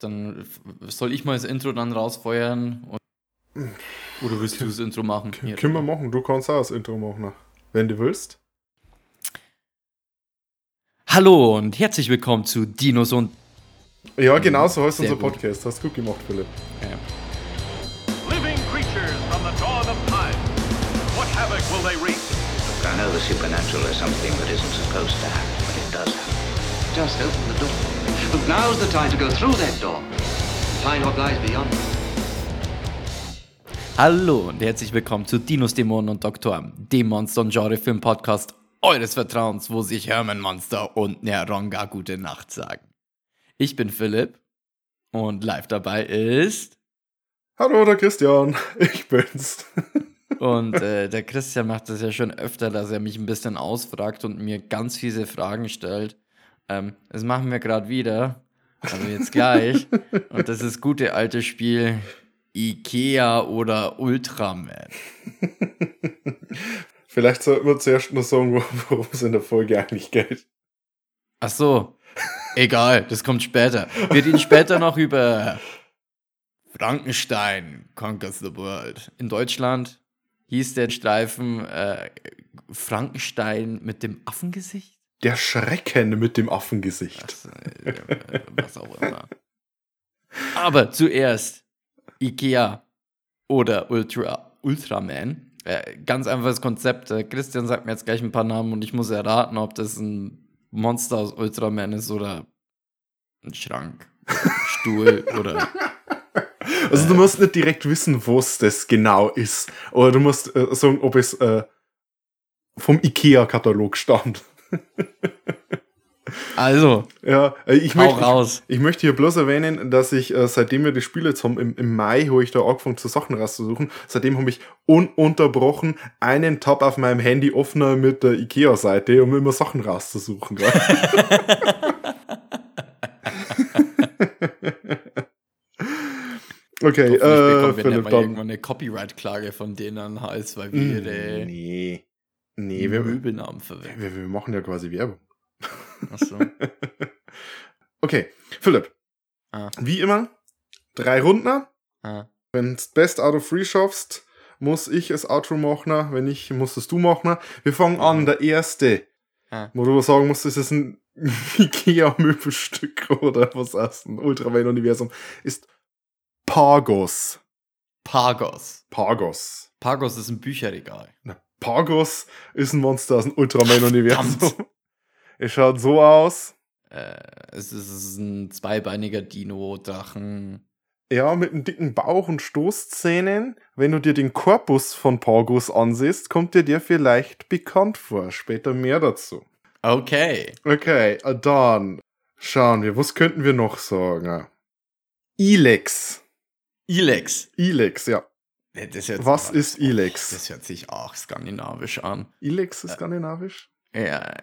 Dann soll ich mal das Intro dann rausfeuern? Oder willst du das Intro machen? Können wir machen. Du kannst auch das Intro machen, wenn du willst. Hallo und herzlich willkommen zu Dinos und... Ja, genau so heißt Sehr unser gut. Podcast. Hast du gut gemacht, Philipp. Ja. Living creatures from the dawn of time. What havoc will they wreak? I know the supernatural is something that isn't supposed to happen, but it does happen. Just open the door. And now's the time to go through that door and find what lies beyond. Hallo und herzlich willkommen zu Dinos, Dämonen und Doktoren, dem Monster- und Genre-Film-Podcast eures Vertrauens, wo sich Hermann-Monster und Neronga gute Nacht sagen. Ich bin Philipp und live dabei ist... Hallo, der Christian. Ich bin's. Und der Christian macht das ja schon öfter, dass er mich ein bisschen ausfragt und mir ganz fiese Fragen stellt. Das machen wir gerade wieder, also jetzt gleich. Und das ist das gute alte Spiel Ikea oder Ultraman. Vielleicht sollten wir zuerst noch sagen, worum es in der Folge eigentlich geht. Ach so, egal, das kommt später. Wir reden später noch über Frankenstein Conquers the World. In Deutschland hieß der Streifen Frankenstein mit dem Affengesicht? Der Schrecken mit dem Affengesicht. Also, was auch immer. Aber zuerst Ikea oder Ultraman. Ganz einfaches Konzept. Christian sagt mir jetzt gleich ein paar Namen und ich muss erraten, ob das ein Monster aus Ultraman ist oder ein Schrank, Stuhl oder... Also du musst nicht direkt wissen, was das genau ist. Oder du musst sagen, ob es vom Ikea-Katalog stammt. Also, Ja, raus. Ich möchte hier bloß erwähnen, dass ich, seitdem wir das Spiel jetzt haben, im Mai, wo ich da angefangen zu Sachen rauszusuchen, seitdem habe ich ununterbrochen einen Tab auf meinem Handy offen mit der Ikea-Seite, um immer Sachen rauszusuchen. Gell? Okay, Hoffentlich bekommen wir Philipp, nicht mal dann. irgendwann eine Copyright-Klage von denen an Hals, weil wir ihre Nee, wir Möbelnamen verwenden. wir machen ja quasi Werbung. Achso. Okay, Philipp, wie immer, 3 Runden. Wenn du Best Out of 3 schaffst, muss ich das Outro machen. Wenn nicht, musst es du machen. Wir fangen an, der erste. Wo du sagen musst, ist es ein Ikea-Möbelstück oder was aus dem Ultraman-Universum, ist Pagos. Pagos. Pagos. Pagos ist ein Bücherregal. Na, Pagos ist ein Monster aus dem Ultraman-Universum. Es schaut so aus. Es ist ein zweibeiniger Dino-Drachen. Ja, mit einem dicken Bauch und Stoßzähnen. Wenn du dir den Korpus von Pagos ansiehst, kommt dir der vielleicht bekannt vor. Später mehr dazu. Okay. Okay, dann schauen wir. Was könnten wir noch sagen? Ilex. Ilex, ja. Was ist Ilex? Das hört sich auch skandinavisch an. Ilex ist skandinavisch? Ja.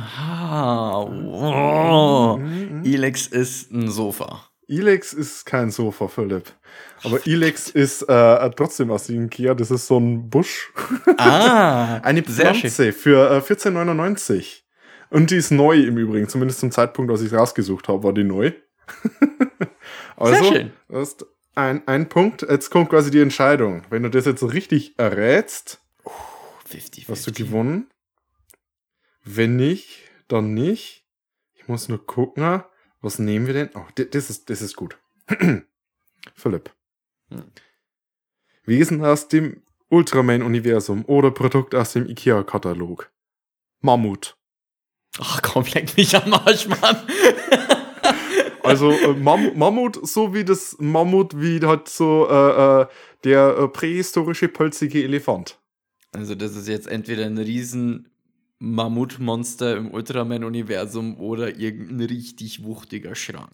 Wow. Ilex ist ein Sofa. Ilex ist kein Sofa, Philipp. Aber Ilex ist trotzdem aus dem Ikea. Das ist so ein Busch. Eine sehr Pflanze für 14,99. Und die ist neu im Übrigen. Zumindest zum Zeitpunkt, als ich es rausgesucht habe, war die neu. Also, Sehr schön. du hast ein Punkt. Jetzt kommt quasi die Entscheidung. Wenn du das jetzt so richtig errätst, 50-50. hast du gewonnen. Wenn nicht, dann nicht. Ich muss nur gucken. Was nehmen wir denn? Oh, das ist gut. Philipp. Wesen aus dem Ultraman-Universum oder Produkt aus dem Ikea-Katalog. Mammut. Ach komm, leck mich am Arsch, Mann. Also Mammut, so wie das Mammut, wie halt so der prähistorische pelzige Elefant. Also das ist jetzt entweder ein riesen Mammutmonster im Ultraman-Universum oder irgendein richtig wuchtiger Schrank.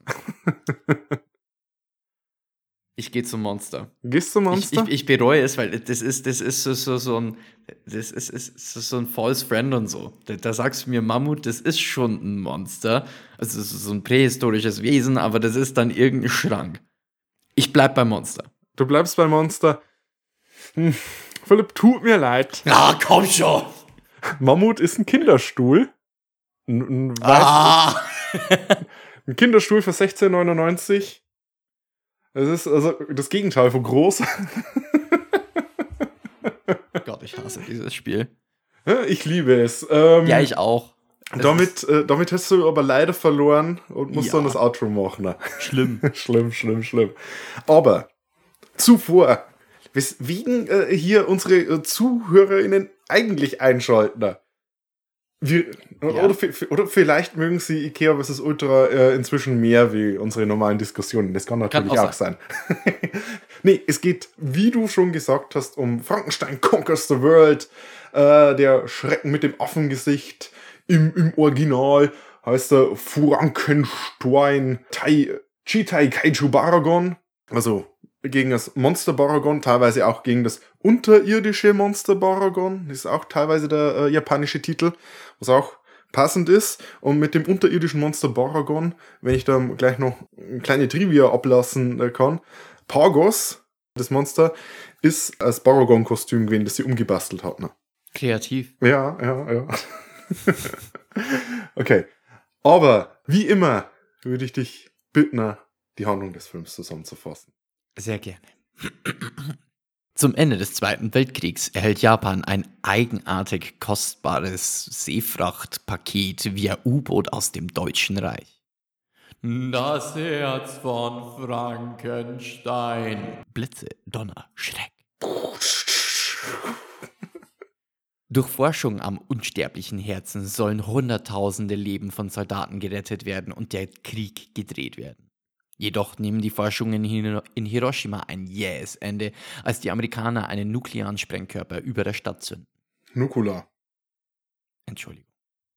Ich gehe zum Monster. Gehst du Monster? Ich bereue es, weil das ist so ein False Friend und so. Da sagst du mir, Mammut, das ist schon ein Monster. Also es ist so ein prähistorisches Wesen, aber das ist dann irgendein Schrank. Ich bleib beim Monster. Du bleibst beim Monster. Philipp, tut mir leid. Ah, komm schon! Mammut ist ein Kinderstuhl. Ein Ah! Ein Kinderstuhl für 16,99. Es ist also das Gegenteil von groß. Gott, ich hasse dieses Spiel. Ich liebe es. Ja, ich auch. Damit hast du aber leider verloren und musst dann das Outro machen. Schlimm. schlimm. Aber zuvor, weswegen hier unsere ZuhörerInnen eigentlich einschalten. Oder vielleicht mögen sie Ikea vs. Ultra inzwischen mehr wie unsere normalen Diskussionen. Das kann natürlich auch sein. Nee, es geht, wie du schon gesagt hast, um Frankenstein Conquers the World. Der Schrecken mit dem Affengesicht. Im Original heißt er Frankenstein Chitai Kaiju Baragon. Also gegen das Monster Baragon, teilweise auch gegen das unterirdische Monster Baragon. Das ist auch teilweise der japanische Titel, was auch passend ist. Und mit dem unterirdischen Monster Baragon, wenn ich da gleich noch eine kleine Trivia ablassen kann, Pagos, das Monster, ist als Baragon-Kostüm gewesen, das sie umgebastelt hat. Ne? Kreativ. Ja. Okay. Aber wie immer würde ich dich bitten, die Handlung des Films zusammenzufassen. Sehr gerne. Zum Ende des Zweiten Weltkriegs erhält Japan ein eigenartig kostbares Seefrachtpaket via U-Boot aus dem Deutschen Reich. Das Herz von Frankenstein. Blitze, Donner, Schreck. Durch Forschung am unsterblichen Herzen sollen Hunderttausende Leben von Soldaten gerettet werden und der Krieg gedreht werden. Jedoch nehmen die Forschungen in Hiroshima ein jähes Ende, als die Amerikaner einen nuklearen Sprengkörper über der Stadt zünden. Nukular. Entschuldigung.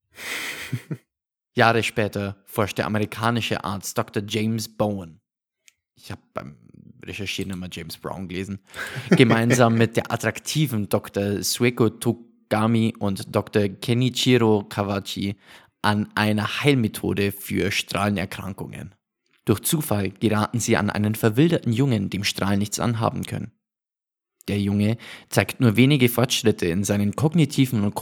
Jahre später forscht der amerikanische Arzt Dr. James Bowen, ich habe beim Recherchieren immer James Brown gelesen, gemeinsam mit der attraktiven Dr. Sueko Togami und Dr. Kenichiro Kawachi an einer Heilmethode für Strahlenerkrankungen. Durch Zufall geraten sie an einen verwilderten Jungen, dem Strahlen nichts anhaben können. Der Junge zeigt nur wenige Fortschritte in seinen kognitiven und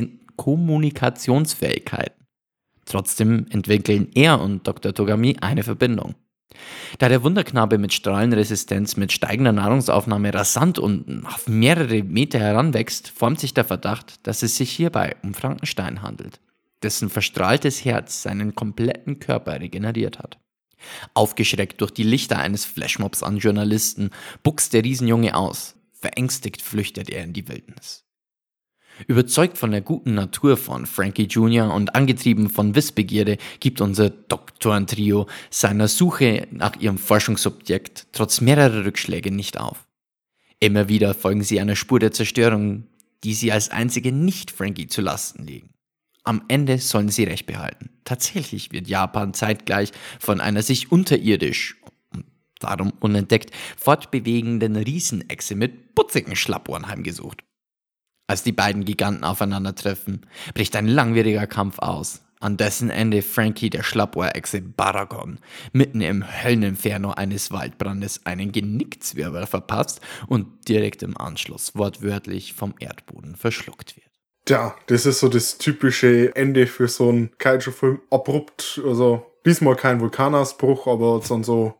Kommunikationsfähigkeiten. Trotzdem entwickeln er und Dr. Togami eine Verbindung. Da der Wunderknabe mit Strahlenresistenz mit steigender Nahrungsaufnahme rasant und auf mehrere Meter heranwächst, formt sich der Verdacht, dass es sich hierbei um Frankenstein handelt, dessen verstrahltes Herz seinen kompletten Körper regeneriert hat. Aufgeschreckt durch die Lichter eines Flashmobs an Journalisten, buchst der Riesenjunge aus. Verängstigt flüchtet er in die Wildnis. Überzeugt von der guten Natur von Frankie Jr. und angetrieben von Wissbegierde gibt unser Doktorentrio seiner Suche nach ihrem Forschungsobjekt trotz mehrerer Rückschläge nicht auf. Immer wieder folgen sie einer Spur der Zerstörung, die sie als einzige nicht Frankie zu Lasten legen. Am Ende sollen sie Recht behalten. Tatsächlich wird Japan zeitgleich von einer sich unterirdisch und darum unentdeckt fortbewegenden Riesenechse mit putzigen Schlappohren heimgesucht. Als die beiden Giganten aufeinandertreffen, bricht ein langwieriger Kampf aus, an dessen Ende Frankie der Schlappohrechse Baragon mitten im Hölleninferno eines Waldbrandes einen Genickzwirbel verpasst und direkt im Anschluss wortwörtlich vom Erdboden verschluckt wird. Ja, das ist so das typische Ende für so einen Kaiju-Film. Abrupt, also diesmal kein Vulkanausbruch, aber dann so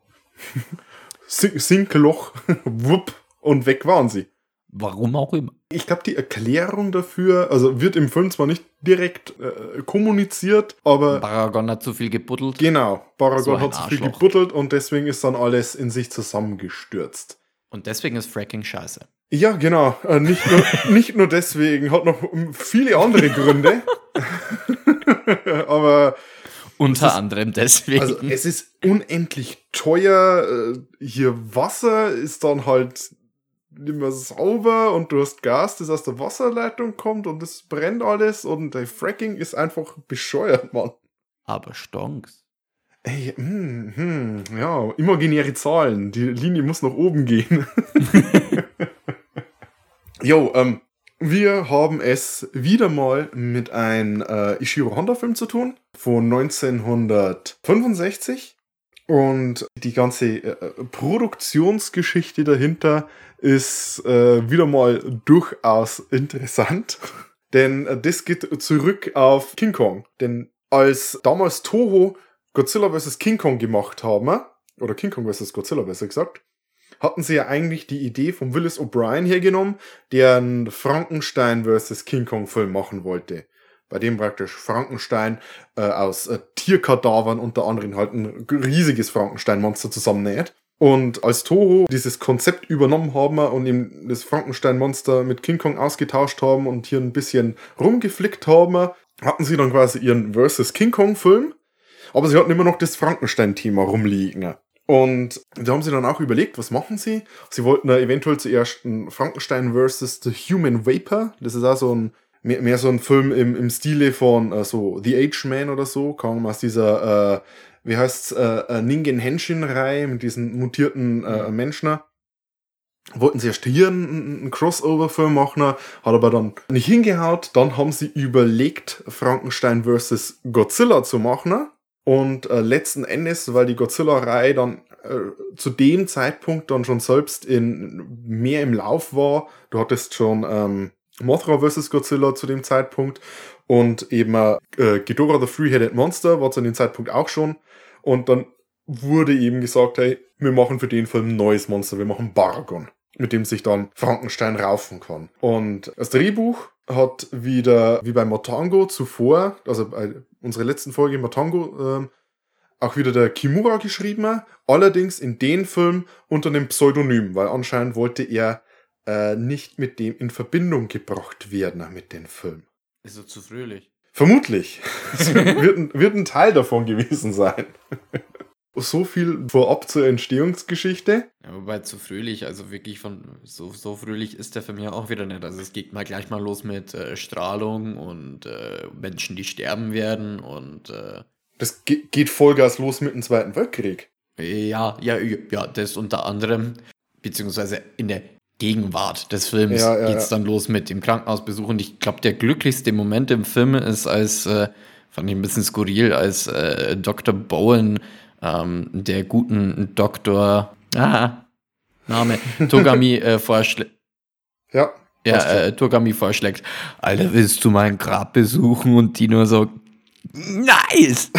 Sinkloch, wupp, und weg waren sie. Warum auch immer. Ich glaube, die Erklärung dafür, also wird im Film zwar nicht direkt kommuniziert, aber Baragon hat zu viel gebuddelt. Genau, Baragon So ein hat zu viel Arschloch. gebuddelt und deswegen ist dann alles in sich zusammengestürzt. Und deswegen ist Fracking scheiße. Ja, genau. Nicht nur deswegen, hat noch viele andere Gründe. Aber Unter anderem deswegen. also es ist unendlich teuer. Hier Wasser ist dann halt nicht mehr sauber und du hast Gas, das aus der Wasserleitung kommt und es brennt alles und der Fracking ist einfach bescheuert, Mann. Aber Stonks. Ey, ja, imaginäre Zahlen. Die Linie muss nach oben gehen. Jo, wir haben es wieder mal mit einem Ishiro Honda-Film zu tun, von 1965. Und die ganze Produktionsgeschichte dahinter ist wieder mal durchaus interessant. Denn das geht zurück auf King Kong. Denn als damals Toho Godzilla vs. King Kong gemacht haben, oder King Kong vs. Godzilla besser gesagt, hatten sie ja eigentlich die Idee von Willis O'Brien hergenommen, der einen Frankenstein vs. King Kong Film machen wollte. Bei dem praktisch Frankenstein aus Tierkadavern unter anderem halt ein riesiges Frankenstein-Monster zusammennäht. Und als Toho dieses Konzept übernommen haben und ihm das Frankenstein-Monster mit King Kong ausgetauscht haben und hier ein bisschen rumgeflickt haben, hatten sie dann quasi ihren vs. King Kong Film. Aber sie hatten immer noch das Frankenstein-Thema rumliegen. Und da haben sie dann auch überlegt, was machen sie? Sie wollten da eventuell zuerst einen Frankenstein vs. The Human Vapor. Das ist auch so ein mehr so ein Film im Stile von so The Age-Man oder so. Kam aus dieser, wie heißt's, Ningen Henshin-Reihe mit diesen mutierten Menschen. Wollten sie erst hier einen Crossover-Film machen, hat aber dann nicht hingehaut. Dann haben sie überlegt, Frankenstein vs. Godzilla zu machen. Und letzten Endes, weil die Godzilla-Reihe dann zu dem Zeitpunkt dann schon selbst mehr im Lauf war, du hattest schon Mothra vs. Godzilla zu dem Zeitpunkt und eben Ghidorah the Three-Headed Monster war zu dem Zeitpunkt auch schon. Und dann wurde eben gesagt, hey, wir machen für den Film ein neues Monster, wir machen Bargon, mit dem sich dann Frankenstein raufen kann. Und das Drehbuch hat wieder, wie bei Matango zuvor, also bei unserer letzten Folge Matango, auch wieder der Kimura geschrieben, allerdings in den Film unter einem Pseudonym, weil anscheinend wollte er nicht mit dem in Verbindung gebracht werden, mit dem Film. Ist so zu fröhlich. Vermutlich. Es wird ein Teil davon gewesen sein. So viel vorab zur Entstehungsgeschichte. Ja, wobei zu fröhlich, also wirklich so fröhlich ist der Film ja auch wieder nicht. Also es geht gleich mal los mit Strahlung und Menschen, die sterben werden und das geht Vollgas los mit dem Zweiten Weltkrieg. Ja, das unter anderem, beziehungsweise in der Gegenwart des Films geht's dann los mit dem Krankenhausbesuch. Und ich glaube, der glücklichste Moment im Film ist fand ich ein bisschen skurril, als Dr. Bowen der guten Doktor, Name, Togami vorschlägt. Ja. Ja, Togami vorschlägt, Alter, willst du mein Grab besuchen? Und die nur so, nice!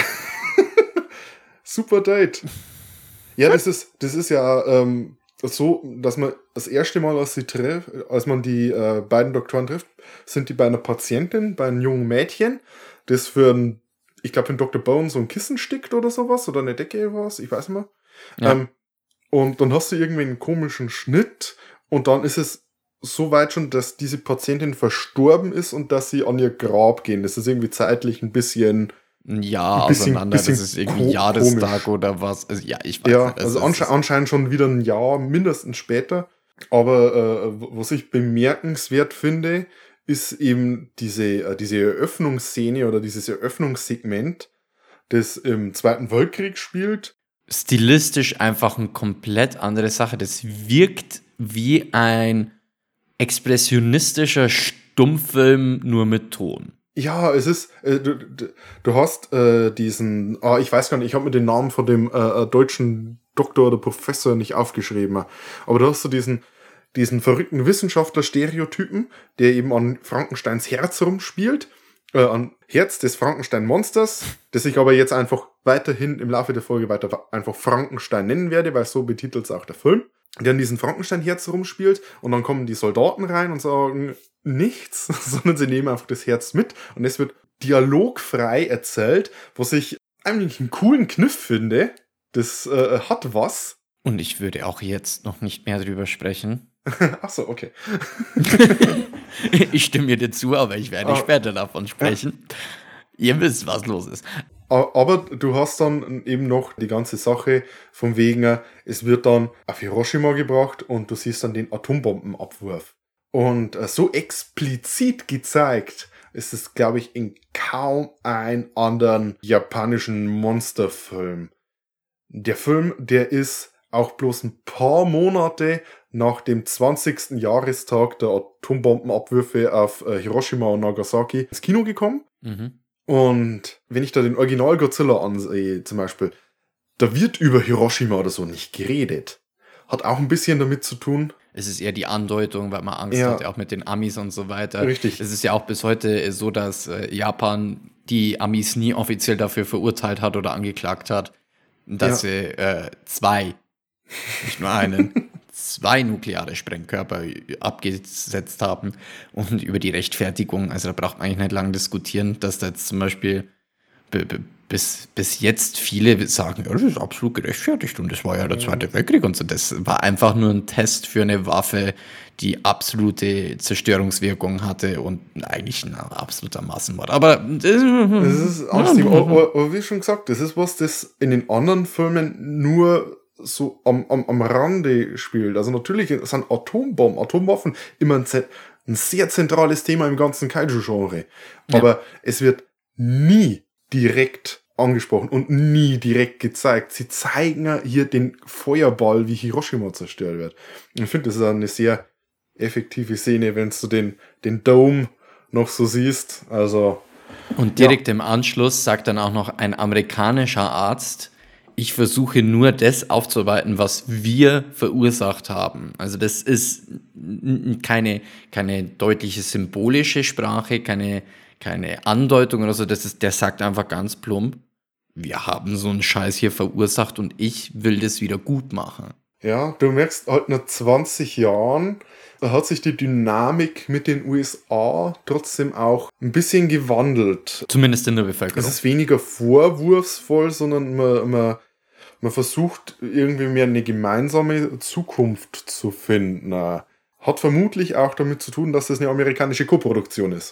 Super Date. Ja, das ist ja so, dass man das erste Mal, als man die beiden Doktoren trifft, sind die bei einer Patientin, bei einem jungen Mädchen, das für ich glaube, wenn Dr. Bowen so ein Kissen stickt oder sowas, oder eine Decke was, ich weiß nicht mehr. Ja. Und dann hast du irgendwie einen komischen Schnitt und dann ist es so weit schon, dass diese Patientin verstorben ist und dass sie an ihr Grab gehen. Das ist irgendwie zeitlich ein bisschen auseinander. Das ist irgendwie Jahrestag oder was. Also, ja, ich weiß ja, nicht. Also anscheinend schon wieder ein Jahr, mindestens später. Aber was ich bemerkenswert finde, ist eben diese Eröffnungsszene oder dieses Eröffnungssegment, das im Zweiten Weltkrieg spielt. Stilistisch einfach eine komplett andere Sache. Das wirkt wie ein expressionistischer Stummfilm, nur mit Ton. Ja, es ist, du hast diesen, ich weiß gar nicht, ich habe mir den Namen von dem deutschen Doktor oder Professor nicht aufgeschrieben, aber du hast so diesen verrückten Wissenschaftler-Stereotypen, der eben an Frankensteins Herz rumspielt, an Herz des Frankenstein-Monsters, das ich aber jetzt einfach weiterhin im Laufe der Folge weiter einfach Frankenstein nennen werde, weil so betitelt es auch der Film, der an diesen Frankenstein-Herz rumspielt und dann kommen die Soldaten rein und sagen nichts, sondern sie nehmen einfach das Herz mit und es wird dialogfrei erzählt, was ich eigentlich einen coolen Kniff finde. Das hat was. Und ich würde auch jetzt noch nicht mehr drüber sprechen. Ach so, okay. Ich stimme dir zu, aber ich werde später davon sprechen. Ihr wisst, was los ist. Aber du hast dann eben noch die ganze Sache von wegen, es wird dann auf Hiroshima gebracht und du siehst dann den Atombombenabwurf. Und so explizit gezeigt ist es, glaube ich, in kaum einem anderen japanischen Monsterfilm. Der Film, der ist auch bloß ein paar Monate nach dem 20. Jahrestag der Atombombenabwürfe auf Hiroshima und Nagasaki ins Kino gekommen. Mhm. Und wenn ich da den Original Godzilla ansehe, zum Beispiel, da wird über Hiroshima oder so nicht geredet. Hat auch ein bisschen damit zu tun. Es ist eher die Andeutung, weil man Angst hat, auch mit den Amis und so weiter. Richtig. Es ist ja auch bis heute so, dass Japan die Amis nie offiziell dafür verurteilt hat oder angeklagt hat. dass sie nicht nur einen, 2 nukleare Sprengkörper abgesetzt haben und über die Rechtfertigung, also da braucht man eigentlich nicht lange diskutieren, dass da jetzt zum Beispiel bis jetzt viele sagen, ja, das ist absolut gerechtfertigt und das war ja der Zweite Weltkrieg und so. Das war einfach nur ein Test für eine Waffe, die absolute Zerstörungswirkung hatte und eigentlich ein absoluter Massenmord. Aber das ist aber wie schon gesagt, das ist was, das in den anderen Filmen nur so am Rande spielt. Also natürlich sind Atomwaffen immer ein sehr zentrales Thema im ganzen Kaiju-Genre. Aber es wird nie direkt angesprochen und nie direkt gezeigt. Sie zeigen ja hier den Feuerball, wie Hiroshima zerstört wird. Und ich finde, das ist eine sehr effektive Szene, wenn du den Dome noch so siehst. Also, und direkt im Anschluss sagt dann auch noch ein amerikanischer Arzt, ich versuche nur das aufzuarbeiten, was wir verursacht haben. Also das ist keine deutliche symbolische Sprache, keine Andeutung oder so, der sagt einfach ganz plump, wir haben so einen Scheiß hier verursacht und ich will das wieder gut machen. Ja, du merkst halt nach 20 Jahren, da hat sich die Dynamik mit den USA trotzdem auch ein bisschen gewandelt. Zumindest in der Bevölkerung. Es ist weniger vorwurfsvoll, sondern man versucht irgendwie mehr eine gemeinsame Zukunft zu finden. Hat vermutlich auch damit zu tun, dass es eine amerikanische Koproduktion ist.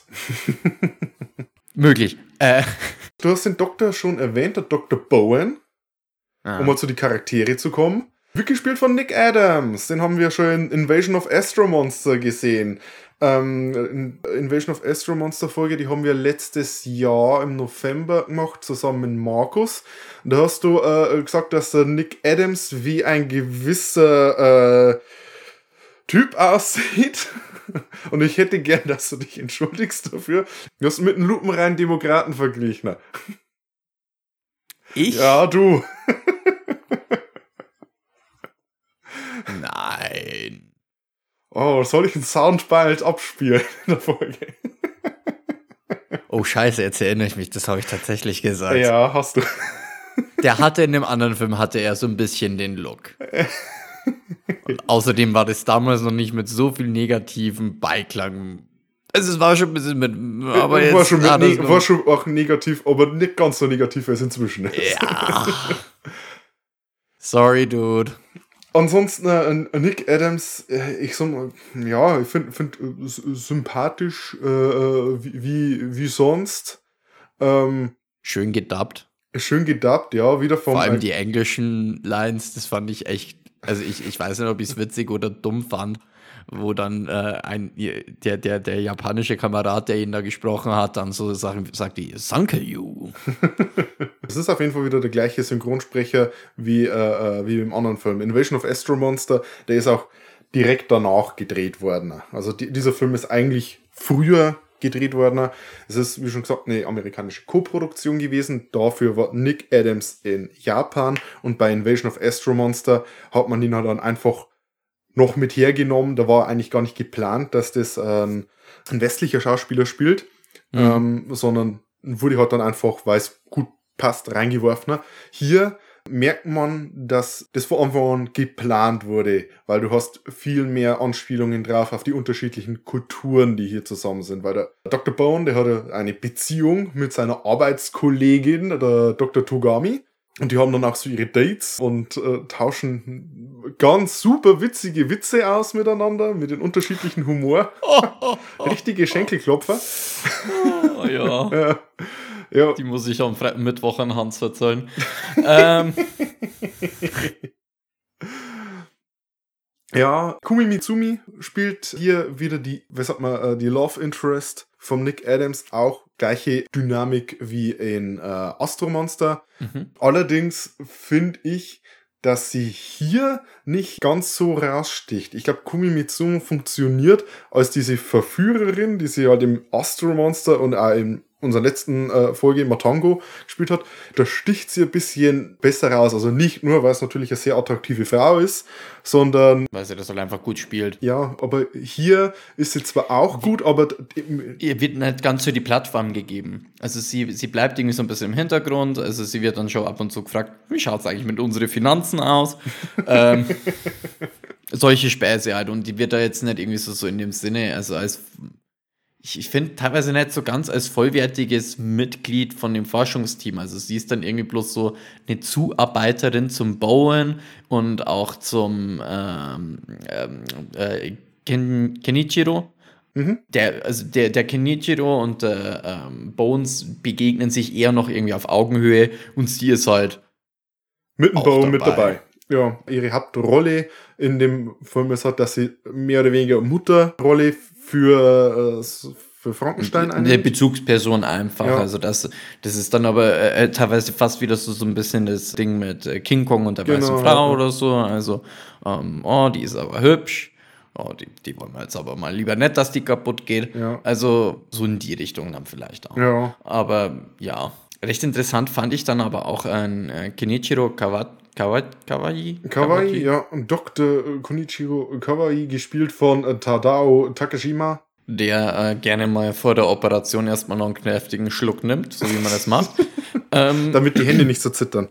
Möglich. Du hast den Doktor schon erwähnt, der Dr. Bowen, um mal zu die Charaktere zu kommen. Wird gespielt von Nick Adams. Den haben wir schon in Invasion of Astro Monster gesehen. Invasion of Astro Monster Folge, die haben wir letztes Jahr im November gemacht, zusammen mit Markus. Da hast du gesagt, dass der Nick Adams wie ein gewisser Typ aussieht. Und ich hätte gern, dass du dich entschuldigst dafür. Du hast mit einem lupenreinen Demokraten verglichen. Ich? Ja, du. Nein. Oh, soll ich einen Soundbite abspielen in der Folge? Oh, scheiße, jetzt erinnere ich mich, das habe ich tatsächlich gesagt. Ja, hast du. Der hatte in dem anderen Film, hatte er so ein bisschen den Look. Und außerdem war das damals noch nicht mit so viel negativen Beiklang. Also es war schon ein bisschen mit, aber jetzt war schon auch negativ, aber nicht ganz so negativ als inzwischen. Ja. Sorry, dude. Ansonsten Nick Adams, ich finde sympathisch wie sonst. Schön gedubbt. Schön gedubbt, ja, wieder vom... Vor allem die englischen Lines, das fand ich echt, also ich weiß nicht, ob ich es witzig oder dumm fand, wo dann der japanische Kamerad, der ihn da gesprochen hat, dann so Sachen sagt, Sanke you. Das ist auf jeden Fall wieder der gleiche Synchronsprecher wie im anderen Film. Invasion of Astro Monster, der ist auch direkt danach gedreht worden. Also dieser Film ist eigentlich früher gedreht worden. Es ist, wie schon gesagt, eine amerikanische Koproduktion gewesen. Dafür war Nick Adams in Japan und bei Invasion of Astro Monster hat man ihn halt dann einfach noch mit hergenommen. Da war eigentlich gar nicht geplant, dass das ein westlicher Schauspieler spielt, sondern wurde halt dann einfach, weil es gut passt, reingeworfen. Hier merkt man, dass das von Anfang an geplant wurde, weil du hast viel mehr Anspielungen drauf auf die unterschiedlichen Kulturen, die hier zusammen sind, weil der Dr. Bone, der hatte eine Beziehung mit seiner Arbeitskollegin, der Dr. Togami, und die haben dann auch so ihre Dates und tauschen ganz super witzige Witze aus miteinander, mit den unterschiedlichen Humor. Richtige Schenkelklopfer. Oh, ja. Ja. Ja. Die muss ich am Mittwoch an Hans erzählen. Ja, Kumi Mitsumi spielt hier wieder die Love Interest vom Nick Adams, auch gleiche Dynamik wie in Astro Monster. Allerdings finde ich, dass sie hier nicht ganz so raussticht. Ich glaube, Kumi Mitsumi funktioniert als diese Verführerin, die sie halt im Astro Monster und auch im unserer letzten Folge Matango gespielt hat, da sticht sie ein bisschen besser raus. Also nicht nur, weil es natürlich eine sehr attraktive Frau ist, sondern... Weil sie das halt einfach gut spielt. Ja, aber hier ist sie zwar auch gut, aber... Ihr wird nicht ganz so die Plattform gegeben. Also sie bleibt irgendwie so ein bisschen im Hintergrund. Also sie wird dann schon ab und zu gefragt, wie schaut es eigentlich mit unseren Finanzen aus? Solche Späße halt. Und die wird da jetzt nicht irgendwie so in dem Sinne, also als... Ich finde teilweise nicht so ganz als vollwertiges Mitglied von dem Forschungsteam. Also sie ist dann irgendwie bloß so eine Zuarbeiterin zum Bauen und auch zum Kenichiro. Mhm. Der Kenichiro und der Bones begegnen sich eher noch irgendwie auf Augenhöhe und sie ist halt mit dem Bauen mit dabei. Ja, ihre Hauptrolle in dem Film ist halt, dass sie mehr oder weniger Mutterrolle für Frankenstein einnimmt. Eine Bezugsperson einfach. Ja. Also das ist dann aber teilweise fast wieder so ein bisschen das Ding mit King Kong und der weißen Frau oder so. Also, die ist aber hübsch. Oh, die wollen wir jetzt aber mal lieber nicht, dass die kaputt geht. Ja. Also so in die Richtung dann vielleicht auch. Ja. Aber ja, recht interessant fand ich dann aber auch ein Kenichiro Kawai, ja, Dr. Konichiro Kawai, gespielt von Tadao Takashima. Der gerne mal vor der Operation erstmal noch einen kräftigen Schluck nimmt, so wie man das macht. Damit die Hände nicht so zittern.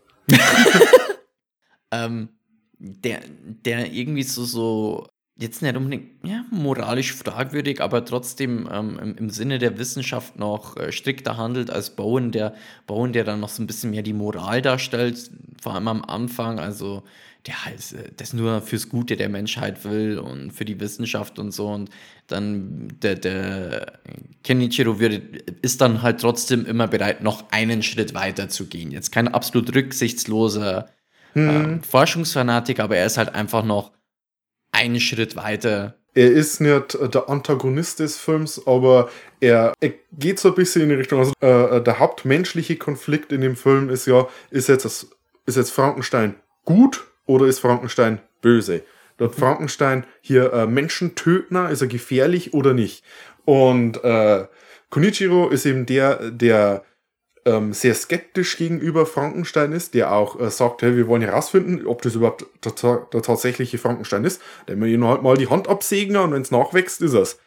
Der irgendwie so jetzt nicht unbedingt moralisch fragwürdig, aber trotzdem im Sinne der Wissenschaft noch strikter handelt als Bowen, der dann noch so ein bisschen mehr die Moral darstellt, vor allem am Anfang, also der halt das nur fürs Gute der Menschheit will und für die Wissenschaft und so, und dann der Kenichiro ist dann halt trotzdem immer bereit, noch einen Schritt weiter zu gehen. Jetzt kein absolut rücksichtsloser Forschungsfanatiker, aber er ist halt einfach noch einen Schritt weiter. Er ist nicht der Antagonist des Films, aber er geht so ein bisschen in die Richtung. Also, der hauptmenschliche Konflikt in dem Film ist jetzt Frankenstein gut oder ist Frankenstein böse? Dort Frankenstein hier Menschentötner, ist er gefährlich oder nicht? Und Konichiro ist eben der sehr skeptisch gegenüber Frankenstein ist, der auch sagt, hey, wir wollen herausfinden, ob das überhaupt der tatsächliche Frankenstein ist. Dann wir ihn halt mal die Hand absägen und wenn es nachwächst, ist es.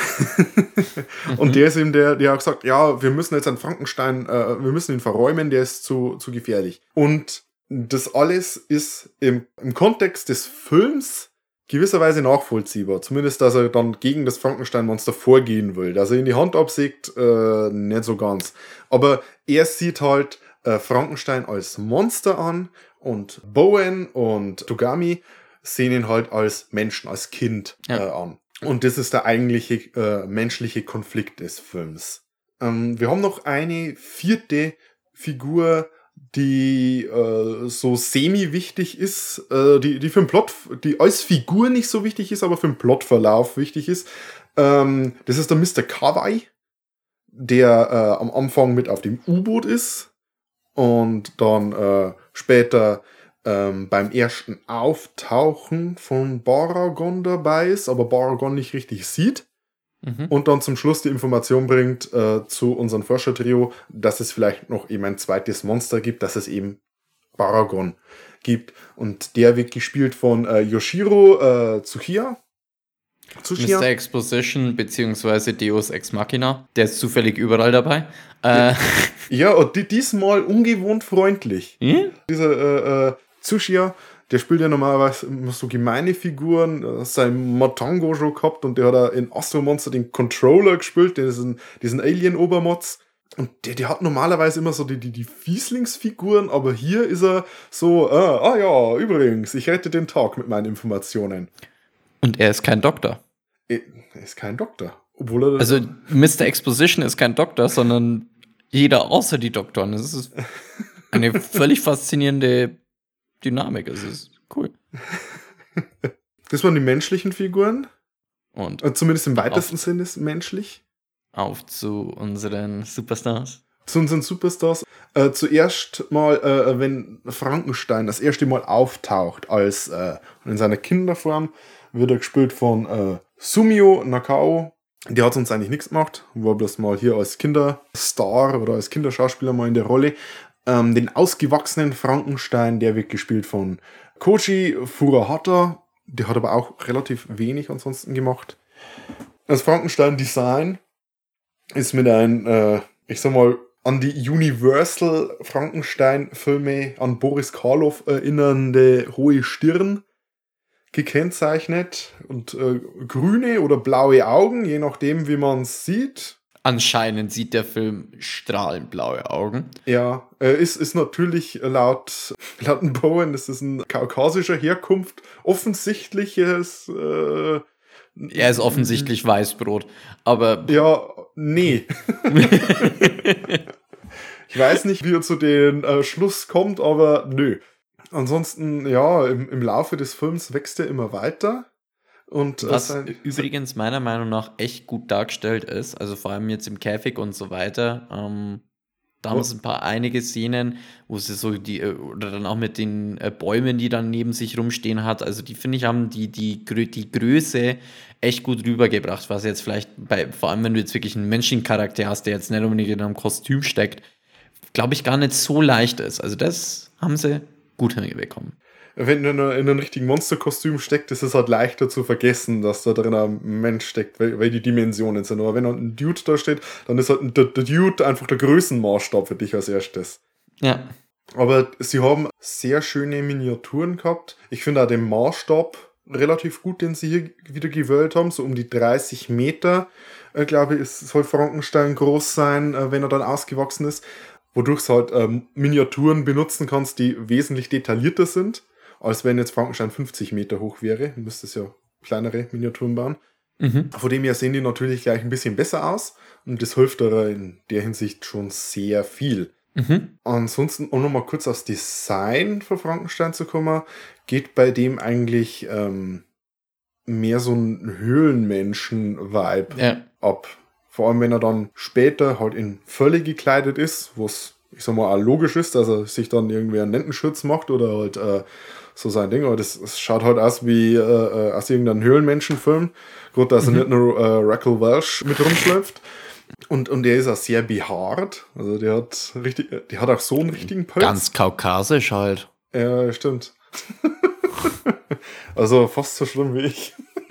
Und der ist eben der auch sagt, ja, wir müssen jetzt einen Frankenstein, wir müssen ihn verräumen, der ist zu gefährlich. Und das alles ist im Kontext des Films gewisserweise nachvollziehbar. Zumindest, dass er dann gegen das Frankenstein-Monster vorgehen will. Dass er ihn die Hand absägt, nicht so ganz. Aber er sieht halt Frankenstein als Monster an und Bowen und Togami sehen ihn halt als Menschen, als Kind an. Und das ist der eigentliche menschliche Konflikt des Films. Wir haben noch eine vierte Figur, die so semi-wichtig ist, die für den Plot, die als Figur nicht so wichtig ist, aber für den Plotverlauf wichtig ist. Das ist der Mr. Kawai, der am Anfang mit auf dem U-Boot ist und dann später beim ersten Auftauchen von Baragon dabei ist, aber Baragon nicht richtig sieht. Und dann zum Schluss die Information bringt zu unserem Forschertrio, dass es vielleicht noch eben ein zweites Monster gibt, dass es eben Baragon gibt. Und der wird gespielt von Yoshiro Tsuchiya. Mr. Exposition bzw. Deus Ex Machina. Der ist zufällig überall dabei. Ja, und diesmal ungewohnt freundlich. Dieser Tsuchiya, der spielt ja normalerweise immer so gemeine Figuren, sein Matango schon gehabt und der hat in Astro Monster den Controller gespielt, diesen Alien-Obermotz. Und der hat normalerweise immer so die Fieslingsfiguren, aber hier ist er so, ja, übrigens, ich rette den Tag mit meinen Informationen. Und er ist kein Doktor. Er ist kein Doktor. Obwohl er also Mr. Exposition ist kein Doktor, sondern jeder außer die Doktoren. Das ist eine völlig faszinierende Dynamik, es ist cool. Das waren die menschlichen Figuren. Und zumindest im weitesten Sinne ist menschlich. Auf zu unseren Superstars. Zu unseren Superstars. Zuerst mal, wenn Frankenstein das erste Mal auftaucht, als in seiner Kinderform, wird er gespielt von Sumio Nakao. Die hat uns eigentlich nichts gemacht, war bloß mal hier als Kinderstar oder als Kinderschauspieler mal in der Rolle. Den ausgewachsenen Frankenstein, der wird gespielt von Koji Furuhata. Der hat aber auch relativ wenig ansonsten gemacht. Das Frankenstein-Design ist mit einem, ich sag mal, an die Universal Frankenstein-Filme an Boris Karloff erinnernde hohe Stirn gekennzeichnet und grüne oder blaue Augen, je nachdem, wie man es sieht. Anscheinend sieht der Film strahlend blaue Augen. Ja, ist natürlich laut Bowen, das ist ein kaukasischer Herkunft, offensichtliches... er ist offensichtlich Weißbrot, aber... Ja, nee. Ich weiß nicht, wie er zu den Schluss kommt, aber nö. Ansonsten, ja, im Laufe des Films wächst er immer weiter. Und was übrigens meiner Meinung nach echt gut dargestellt ist, also vor allem jetzt im Käfig und so weiter, da haben sie einige Szenen, wo sie so oder dann auch mit den Bäumen, die dann neben sich rumstehen hat, also die, finde ich, haben die Größe echt gut rübergebracht, was jetzt vielleicht vor allem wenn du jetzt wirklich einen Menschencharakter hast, der jetzt nicht unbedingt in einem Kostüm steckt, glaube ich gar nicht so leicht ist. Also das haben sie gut hinbekommen. Wenn du in einem richtigen Monsterkostüm steckt, ist es halt leichter zu vergessen, dass da drin ein Mensch steckt, weil die Dimensionen sind. Aber wenn ein Dude da steht, dann ist halt der Dude einfach der Größenmaßstab für dich als erstes. Ja. Aber sie haben sehr schöne Miniaturen gehabt. Ich finde auch den Maßstab relativ gut, den sie hier wieder gewählt haben. So um die 30 Meter, glaube ich, soll Frankenstein groß sein, wenn er dann ausgewachsen ist. Wodurch du halt Miniaturen benutzen kannst, die wesentlich detaillierter sind, als wenn jetzt Frankenstein 50 Meter hoch wäre. Du müsstest ja kleinere Miniaturen bauen. Von dem her sehen die natürlich gleich ein bisschen besser aus. Und das hilft da in der Hinsicht schon sehr viel. Ansonsten, um nochmal kurz aufs Design von Frankenstein zu kommen, geht bei dem eigentlich mehr so ein Höhlenmenschen-Vibe ab. Vor allem, wenn er dann später halt in Völle gekleidet ist, was, ich sag mal, auch logisch ist, dass er sich dann irgendwie einen Lendenschutz macht oder halt so sein Ding. Aber das schaut halt aus wie aus irgendeinem Höhlenmenschenfilm. Gut, dass er nicht nur Raquel Welch mit rumschläuft. Und der ist auch sehr behaart. Also der hat auch so einen richtigen Pelz. Ganz kaukasisch halt. Ja, stimmt. Also fast so schlimm wie ich.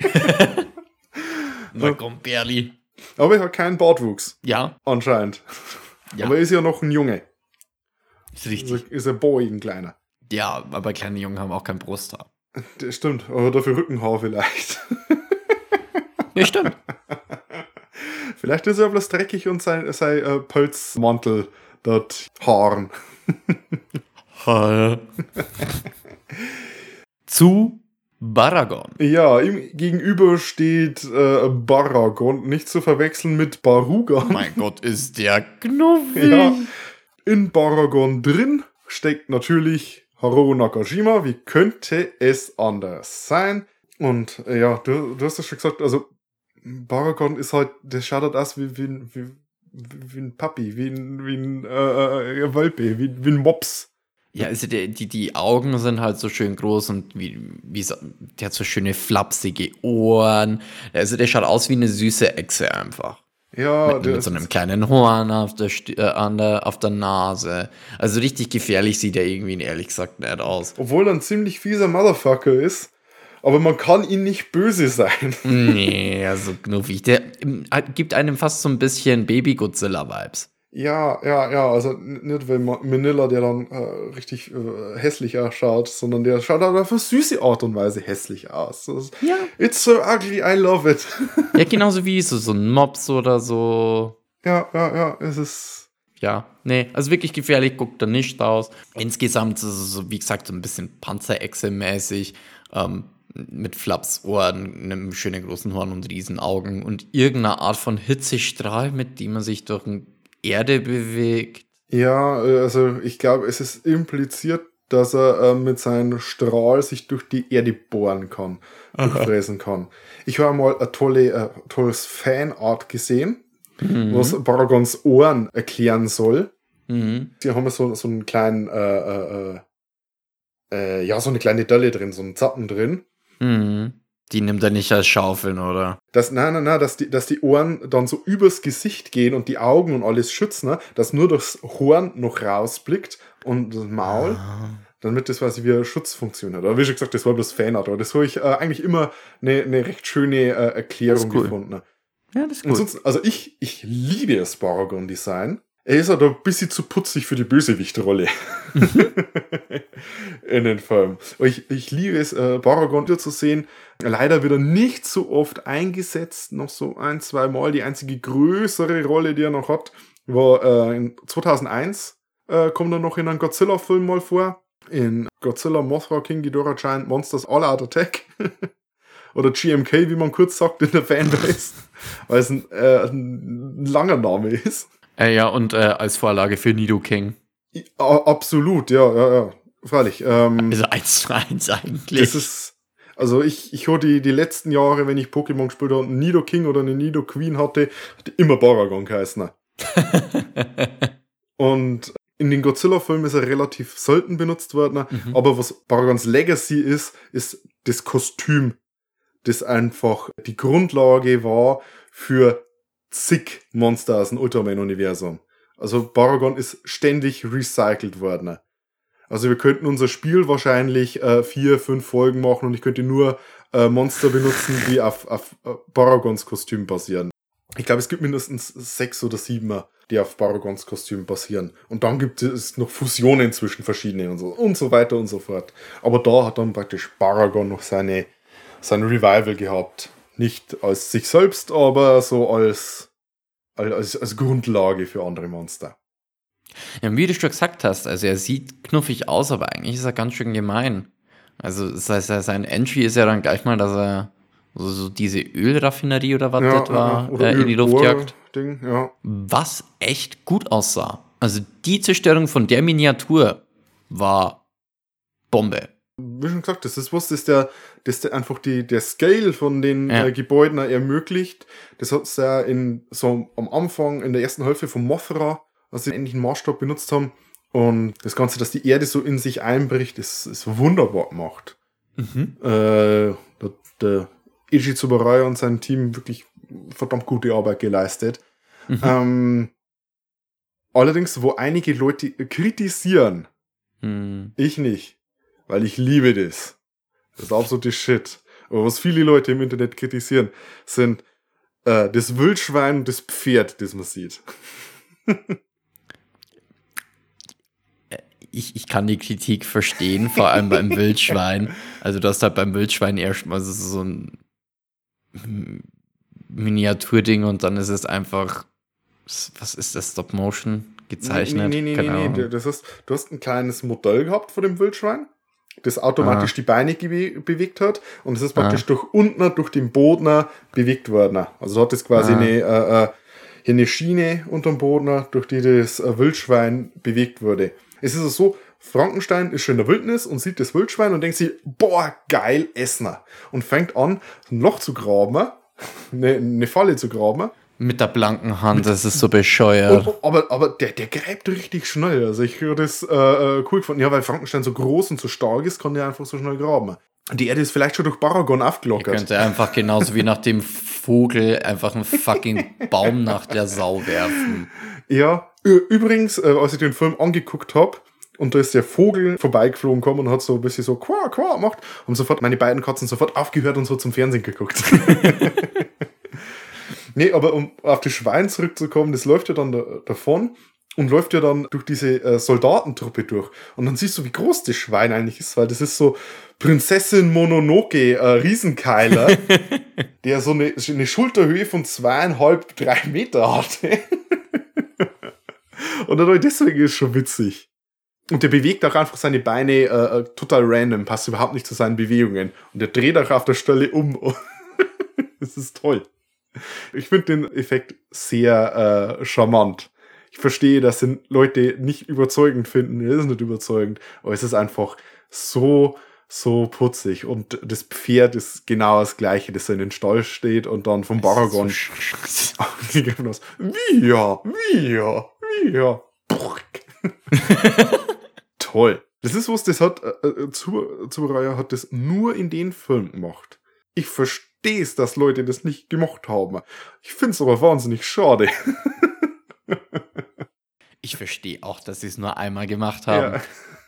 Na komm, Berli. Aber er hat keinen Bartwuchs. Ja. Anscheinend. Ja. Aber er ist ja noch ein Junge. Ist richtig. Also ist ein Boy, ein kleiner. Ja, aber kleine Jungen haben auch kein Brusthaar. Das stimmt, aber dafür Rückenhaar vielleicht. Ja, stimmt. Vielleicht ist er bloß dreckig und sein Pelzmantel dort Haaren. Zu Baragon. Ja, ihm gegenüber steht Baragon, nicht zu verwechseln mit Barugan. Mein Gott, ist der knuffig. Ja. In Baragon drin steckt natürlich Haruo Nakajima. Wie könnte es anders sein? Und ja, du hast es schon gesagt, also Baragon ist halt, der schaut halt aus wie ein Papi, wie ein Welpe, wie ein Mops. Ja, also die Augen sind halt so schön groß und der hat so schöne flapsige Ohren. Also der schaut aus wie eine süße Echse einfach. Ja, mit so einem kleinen Horn auf der Nase. Also richtig gefährlich sieht er irgendwie ehrlich gesagt nicht aus. Obwohl er ein ziemlich fieser Motherfucker ist. Aber man kann ihn nicht böse sein. Nee, also knuffig. Der gibt einem fast so ein bisschen Baby-Godzilla-Vibes. Ja, also nicht weil Manila, der dann richtig hässlich ausschaut, sondern der schaut halt auf eine süße Art und Weise hässlich aus. Ja. It's so ugly, I love it. Ja, genauso wie so ein Mops oder so. Ja, es ist... Ja, nee, also wirklich gefährlich guckt er nicht aus. Insgesamt ist es so, wie gesagt, so ein bisschen Panzerechse-mäßig, mit Flapsohren, einem schönen großen Horn und Riesenaugen und irgendeiner Art von Hitzestrahl, mit dem man sich durch eine Erde bewegt. Ja, also ich glaube, es ist impliziert, dass er mit seinem Strahl sich durch die Erde bohren kann, durchfräsen kann. Ich habe mal ein tolles Fanart gesehen, was Baragons Ohren erklären soll. Die haben so einen kleinen, so eine kleine Delle drin, so einen Zappen drin. Die nimmt er nicht als Schaufeln, oder? Nein, dass die Ohren dann so übers Gesicht gehen und die Augen und alles schützen, ne? Dass nur das Horn noch rausblickt und das Maul, damit das quasi wie eine Schutzfunktion hat. Aber wie schon gesagt, das war bloß Fanart, aber das habe ich eigentlich immer eine recht schöne Erklärung gefunden. Ne? Ja, das ist gut. Ansonsten, also ich liebe das Baragon-Design. Er ist halt ein bisschen zu putzig für die Bösewichtrolle in den Film. Ich liebe es, Baragon zu sehen. Leider wird er nicht so oft eingesetzt, noch so 1-2 Mal. Die einzige größere Rolle, die er noch hat, war in 2001, kommt er noch in einem Godzilla-Film mal vor. In Godzilla, Mothra, King Ghidorah, Giant Monsters, All Out Attack. Oder GMK, wie man kurz sagt in der Fanbase, weil es ein langer Name ist. Ja, und als Vorlage für Nidoking. Absolut, ja, freilich. Also 1:1 eigentlich. Das ist, also ich hatte die letzten Jahre, wenn ich Pokémon gespielt habe und einen Nidoking oder eine Nidoqueen hatte immer Baragon geheißen. Und in den Godzilla-Filmen ist er relativ selten benutzt worden, aber was Baragons Legacy ist das Kostüm, das einfach die Grundlage war für zig Monster aus dem Ultraman-Universum. Also Baragon ist ständig recycelt worden. Also wir könnten unser Spiel wahrscheinlich 4-5 Folgen machen und ich könnte nur Monster benutzen, die auf Baragons Kostüm basieren. Ich glaube, es gibt mindestens 6 oder 7, die auf Baragons Kostüm basieren. Und dann gibt es noch Fusionen zwischen verschiedenen und so weiter und so fort. Aber da hat dann praktisch Baragon noch sein Revival gehabt. Nicht als sich selbst, aber so als Grundlage für andere Monster. Ja, wie du schon gesagt hast, also er sieht knuffig aus, aber eigentlich ist er ganz schön gemein. Also das heißt, sein Entry ist ja dann gleich mal, dass er so diese Ölraffinerie oder was das war, in die Luft jagt. Ding, ja. Was echt gut aussah. Also die Zerstörung von der Miniatur war Bombe. Wie schon gesagt, das ist was, das der einfach der Scale von den Gebäuden ermöglicht. Das hat es ja am Anfang, in der ersten Hälfte von Mothra, als sie einen ähnlichen Maßstab benutzt haben. Und das Ganze, dass die Erde so in sich einbricht, ist wunderbar gemacht. Der Eiji Tsuburaya und sein Team wirklich verdammt gute Arbeit geleistet. Allerdings, wo einige Leute kritisieren, ich nicht. Weil ich liebe das. Das ist absolute Shit. Aber was viele Leute im Internet kritisieren, sind das Wildschwein und das Pferd, das man sieht. Ich kann die Kritik verstehen, vor allem beim Wildschwein. Also du hast halt beim Wildschwein erstmal so ein Miniaturding und dann ist es einfach, was ist das, Stop-Motion gezeichnet? Nee. Das heißt, du hast ein kleines Modell gehabt von dem Wildschwein, das automatisch die Beine bewegt hat und es ist praktisch durch den Boden bewegt worden. Also hat es quasi eine Schiene unterm Boden, durch die das Wildschwein bewegt wurde. Es ist so, Frankenstein ist schon in der Wildnis und sieht das Wildschwein und denkt sich, boah, geil, essen. Und fängt an, ein Loch zu graben, eine Falle zu graben. Mit der blanken Hand, das ist so bescheuert. Aber der gräbt richtig schnell. Also ich habe das cool gefunden. Ja, weil Frankenstein so groß und so stark ist, kann der einfach so schnell graben. Die Erde ist vielleicht schon durch Baragon aufgelockert. Ich könnte einfach genauso wie nach dem Vogel einfach einen fucking Baum nach der Sau werfen. Ja, übrigens, als ich den Film angeguckt habe, und da ist der Vogel vorbeigeflogen gekommen und hat so ein bisschen so Quah, Quah gemacht und sofort meine beiden Katzen sofort aufgehört und so zum Fernsehen geguckt. Nee, aber um auf das Schwein zurückzukommen, das läuft ja dann davon und läuft ja dann durch diese Soldatentruppe durch. Und dann siehst du, wie groß das Schwein eigentlich ist, weil das ist so Prinzessin Mononoke, Riesenkeiler, der so eine Schulterhöhe von 2,5-3 Meter hatte. Und dann deswegen ist es schon witzig. Und der bewegt auch einfach seine Beine total random, passt überhaupt nicht zu seinen Bewegungen. Und der dreht auch auf der Stelle um. Das ist toll. Ich finde den Effekt sehr charmant. Ich verstehe, dass den Leute nicht überzeugend finden. Er ist nicht überzeugend, aber es ist einfach so putzig. Und das Pferd ist genau das Gleiche, das in den Stall steht und dann vom Baragon. Wie. Toll. Das ist was, das hat Tsuburaya hat das nur in den Film gemacht. Ich verstehe es, dass Leute das nicht gemacht haben. Ich finde es aber wahnsinnig schade. Ich verstehe auch, dass sie es nur einmal gemacht haben.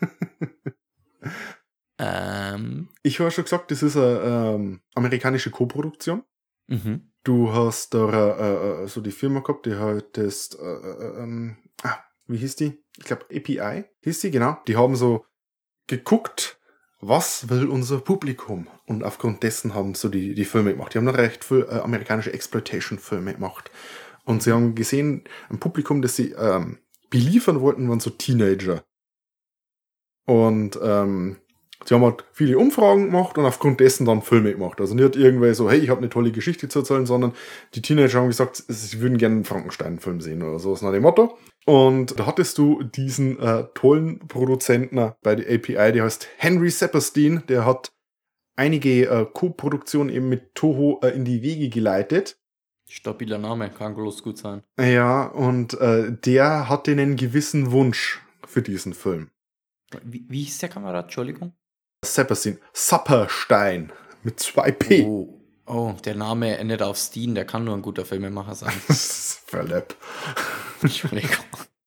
Ja. Ich habe schon gesagt, das ist eine amerikanische Koproduktion. Mhm. Du hast da so die Firma gehabt, die halt das, wie hieß die? Ich glaube API hieß die, genau. Die haben so geguckt, was will unser Publikum? Und aufgrund dessen haben so die Filme gemacht. Die haben noch recht viel amerikanische Exploitation-Filme gemacht. Und sie haben gesehen, ein Publikum, das sie beliefern wollten, waren so Teenager. Und sie haben halt viele Umfragen gemacht und aufgrund dessen dann Filme gemacht. Also nicht irgendwie so, hey, ich habe eine tolle Geschichte zu erzählen, sondern die Teenager haben gesagt, sie würden gerne einen Frankenstein-Film sehen oder so, ist nach dem Motto. Und da hattest du diesen tollen Produzenten bei der API, der heißt Henry Saperstein, der hat einige Co-Produktionen eben mit Toho in die Wege geleitet. Stabiler Name, kann bloß gut sein. Ja, und der hatte einen gewissen Wunsch für diesen Film. Wie hieß der Kamerad? Entschuldigung? Saperstein mit 2 P. Oh, der Name endet auf Steen, der kann nur ein guter Filmemacher sein. Verlepp. Entschuldigung.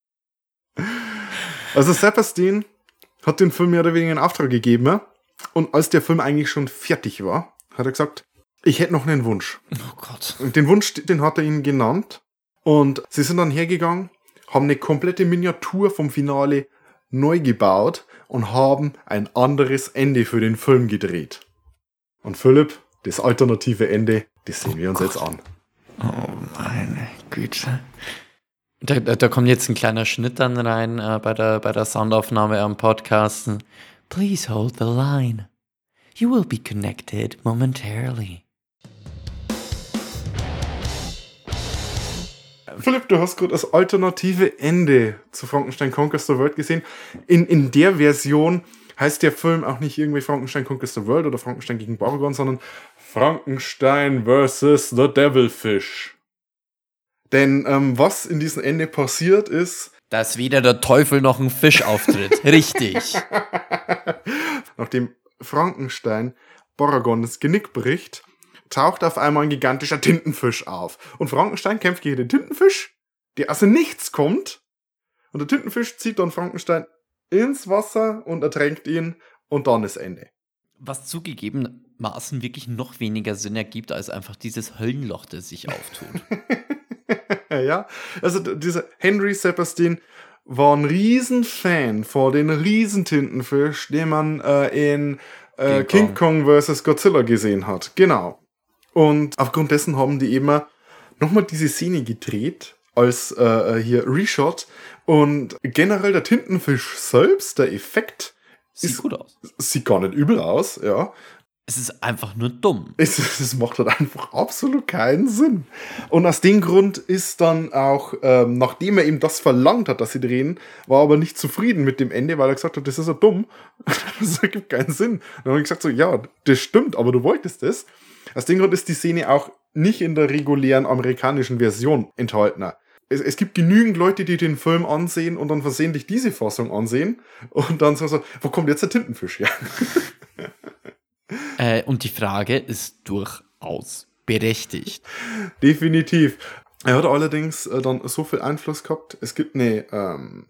Also Saperstein hat den Film mehr oder weniger in Auftrag gegeben und als der Film eigentlich schon fertig war, hat er gesagt, ich hätte noch einen Wunsch. Oh Gott. Und den Wunsch, den hat er ihnen genannt und sie sind dann hergegangen, haben eine komplette Miniatur vom Finale neu gebaut und haben ein anderes Ende für den Film gedreht. Und Philipp, das alternative Ende, das sehen wir uns jetzt an. Oh meine Güte. Da kommt jetzt ein kleiner Schnitt dann rein bei der Soundaufnahme am Podcasten. Please hold the line. You will be connected momentarily. Philipp, du hast gerade das alternative Ende zu Frankenstein Conquers the World gesehen. In der Version heißt der Film auch nicht irgendwie Frankenstein Conquers the World oder Frankenstein gegen Baragon, sondern Frankenstein vs. the Devilfish. Denn was in diesem Ende passiert ist... Dass weder der Teufel noch ein Fisch auftritt. Richtig. Nachdem Frankenstein Baragon das Genick bricht, taucht auf einmal ein gigantischer Tintenfisch auf. Und Frankenstein kämpft gegen den Tintenfisch, der aus dem Nichts kommt. Und der Tintenfisch zieht dann Frankenstein ins Wasser und ertränkt ihn. Und dann ist Ende. Was zugegebenermaßen wirklich noch weniger Sinn ergibt, als einfach dieses Höllenloch, das sich auftut. Ja, also dieser Henry Saperstein war ein Riesenfan von den Riesentintenfisch, den man in King Kong vs. Godzilla gesehen hat. Genau. Und aufgrund dessen haben die eben nochmal diese Szene gedreht als hier Reshot. Und generell der Tintenfisch selbst, der Effekt, sieht gut aus. Sieht gar nicht übel aus, ja. Es ist einfach nur dumm. Es macht halt einfach absolut keinen Sinn. Und aus dem Grund ist dann auch, nachdem er ihm das verlangt hat, dass sie drehen, war er aber nicht zufrieden mit dem Ende, weil er gesagt hat, das ist ja dumm. Das ergibt keinen Sinn. Und dann habe ich gesagt so, ja, das stimmt, aber du wolltest es. Aus dem Grund ist die Szene auch nicht in der regulären amerikanischen Version enthalten. Es gibt genügend Leute, die den Film ansehen und dann versehentlich diese Fassung ansehen und dann so, wo kommt jetzt der Tintenfisch her? Und die Frage ist durchaus berechtigt. Definitiv. Er hat allerdings dann so viel Einfluss gehabt. Es gibt eine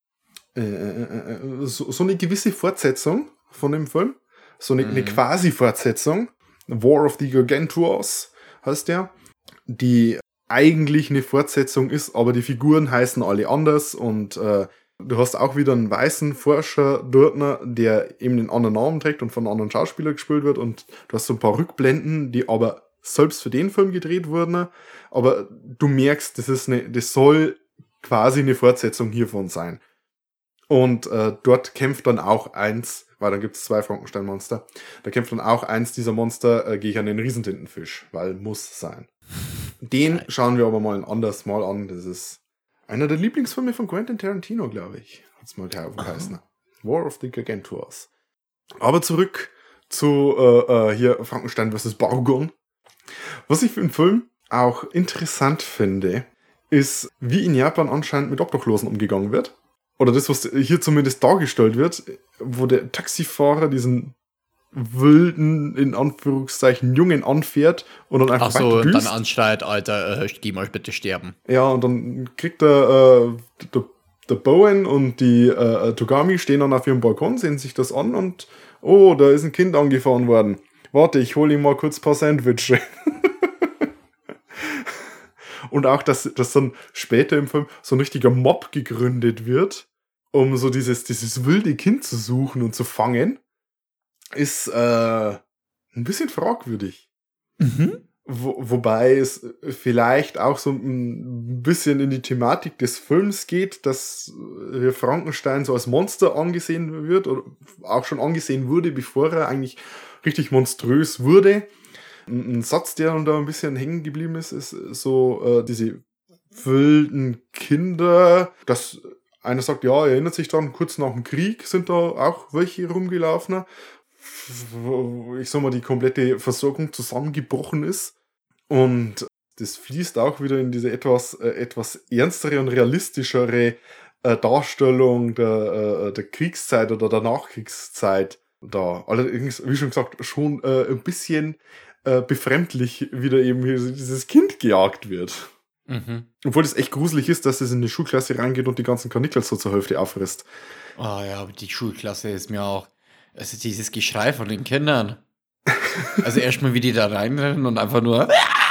so eine gewisse Fortsetzung von dem Film. So eine Quasi-Fortsetzung. War of the Gargantuars heißt der. Die eigentlich eine Fortsetzung ist, aber die Figuren heißen alle anders und du hast auch wieder einen weißen Forscher dort, der eben den anderen Namen trägt und von einem anderen Schauspieler gespielt wird und du hast so ein paar Rückblenden, die aber selbst für den Film gedreht wurden, aber du merkst, das soll quasi eine Fortsetzung hiervon sein. Und dort kämpft dann auch eins, weil dann gibt es 2 Frankenstein-Monster, da kämpft dann auch eins dieser Monster gegen einen Riesentintenfisch, weil muss sein. Den schauen wir aber mal ein anderes Mal an, das ist einer der Lieblingsfilme von Quentin Tarantino, glaube ich. Hat's mal geheißen. War of the Gargantuars. Aber zurück zu hier Frankenstein vs. Baragon. Was ich für den Film auch interessant finde, ist, wie in Japan anscheinend mit Obdachlosen umgegangen wird. Oder das, was hier zumindest dargestellt wird, wo der Taxifahrer diesen wilden, in Anführungszeichen, Jungen anfährt und dann einfach und dann anschreit, Alter, geh mal bitte sterben. Ja, und dann kriegt der Bowen und die Togami stehen dann auf ihrem Balkon, sehen sich das an und da ist ein Kind angefahren worden. Warte, ich hole ihm mal kurz ein paar Sandwiches. Und auch, dass dann später im Film so ein richtiger Mob gegründet wird, um so dieses wilde Kind zu suchen und zu fangen, ist ein bisschen fragwürdig. Wobei es vielleicht auch so ein bisschen in die Thematik des Films geht, dass Frankenstein so als Monster angesehen wird oder auch schon angesehen wurde, bevor er eigentlich richtig monströs wurde. Ein Satz, der da ein bisschen hängen geblieben ist so diese wilden Kinder, dass einer sagt, ja, er erinnert sich dann, kurz nach dem Krieg sind da auch welche rumgelaufen, ich sag mal, die komplette Versorgung zusammengebrochen ist. Und das fließt auch wieder in diese etwas ernstere und realistischere Darstellung der Kriegszeit oder der Nachkriegszeit da. Allerdings, wie schon gesagt, schon ein bisschen befremdlich wieder eben dieses Kind gejagt wird. Obwohl es echt gruselig ist, dass es in die Schulklasse reingeht und die ganzen Kanickel so zur Hälfte auffrisst. Oh ja, aber die Schulklasse ist mir auch, also dieses Geschrei von den Kindern. Also erstmal, wie die da reinrennen und einfach nur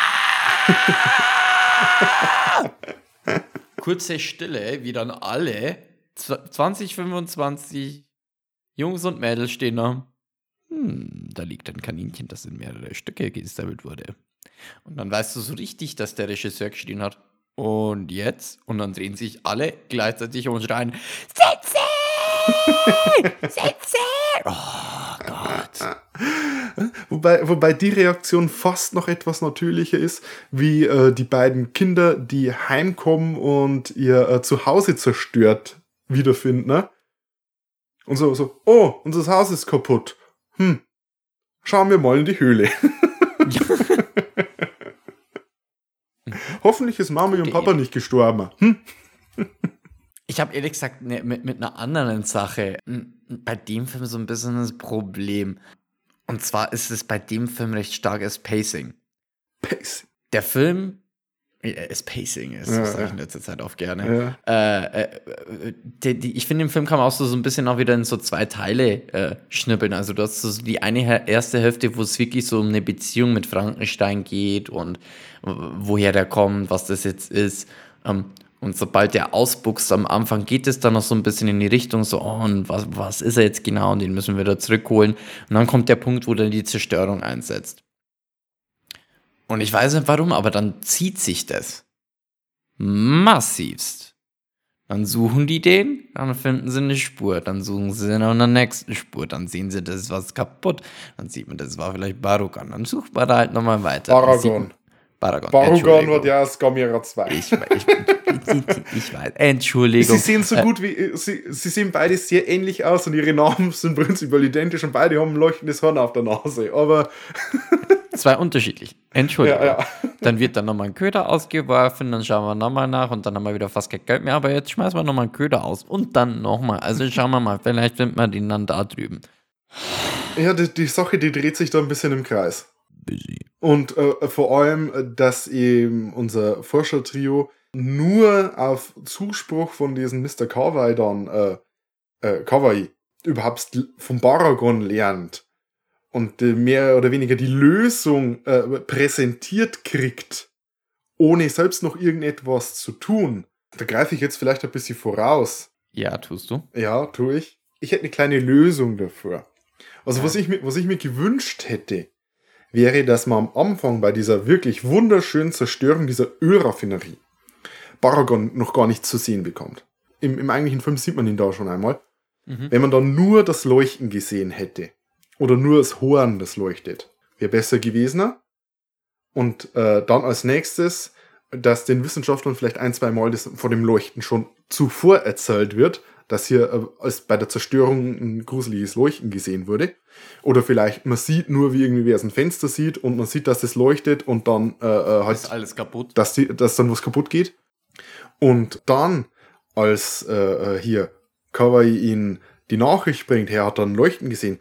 kurze Stille, wie dann alle 20, 25 Jungs und Mädels stehen da. Da liegt ein Kaninchen, das in mehrere Stücke gestabbelt wurde. Und dann weißt du so richtig, dass der Regisseur geschrien hat. Und jetzt? Und dann drehen sich alle gleichzeitig und schreien: Sensei! Sensei! Oh Gott. Wobei die Reaktion fast noch etwas natürlicher ist, wie die beiden Kinder, die heimkommen und ihr Zuhause zerstört wiederfinden. Ne? Und so, oh, unser Haus ist kaputt. Schauen wir mal in die Höhle. Hoffentlich ist Mami und Papa nicht gestorben. Ich habe ehrlich gesagt mit einer anderen Sache bei dem Film so ein bisschen das Problem. Und zwar ist es bei dem Film recht starkes Pacing. Der Film ist Pacing, das sage ich in letzter Zeit auch gerne. Ja. Ich finde, im Film kann man auch so ein bisschen auch wieder in so zwei Teile schnippeln. Also du hast so die erste Hälfte, wo es wirklich so um eine Beziehung mit Frankenstein geht und woher der kommt, was das jetzt ist. Und sobald der ausbuchst am Anfang, geht es dann noch so ein bisschen in die Richtung so, und was ist er jetzt genau? Und den müssen wir da zurückholen. Und dann kommt der Punkt, wo dann die Zerstörung einsetzt. Und ich weiß nicht warum, aber dann zieht sich das massivst. Dann suchen die den, dann finden sie eine Spur, dann suchen sie nach einer nächsten Spur, dann sehen sie, das ist was kaputt, dann sieht man, das war vielleicht Baragon, dann sucht man da halt nochmal weiter. Baragon war der aus Gamera 2. Ich weiß, Entschuldigung. Sie sehen so gut wie, sie sehen beide sehr ähnlich aus und ihre Namen sind prinzipiell identisch und beide haben ein leuchtendes Horn auf der Nase, aber zwei unterschiedlich. Entschuldigung. Ja. Dann wird dann nochmal ein Köder ausgeworfen, dann schauen wir nochmal nach und dann haben wir wieder fast kein Geld mehr, aber jetzt schmeißen wir nochmal einen Köder aus und dann nochmal. Also schauen wir mal, vielleicht findet man den dann da drüben. Ja, die Sache, die dreht sich da ein bisschen im Kreis. Und vor allem, dass eben unser Forschertrio nur auf Zuspruch von diesem Mr. Kawaii dann Kawaii überhaupt vom Baragon lernt und mehr oder weniger die Lösung präsentiert kriegt, ohne selbst noch irgendetwas zu tun. Da greife ich jetzt vielleicht ein bisschen voraus. Ja, tust du? Ja, tue ich. Ich hätte eine kleine Lösung dafür. Also was ich mir gewünscht hätte, wäre, dass man am Anfang bei dieser wirklich wunderschönen Zerstörung dieser Ölraffinerie Baragon noch gar nicht zu sehen bekommt. Im eigentlichen Film sieht man ihn da schon einmal. Wenn man dann nur das Leuchten gesehen hätte oder nur das Horn, das leuchtet, wäre besser gewesen. Und dann als nächstes, dass den Wissenschaftlern vielleicht ein, zwei Mal das vor dem Leuchten schon zuvor erzählt wird, dass hier als bei der Zerstörung ein gruseliges Leuchten gesehen wurde. Oder vielleicht man sieht nur, wie irgendwie wer aus dem Fenster sieht und man sieht, dass es leuchtet und dann halt ist alles kaputt. Dass dann was kaputt geht. Und dann, als hier Kawaii ihn die Nachricht bringt, er hat dann Leuchten gesehen,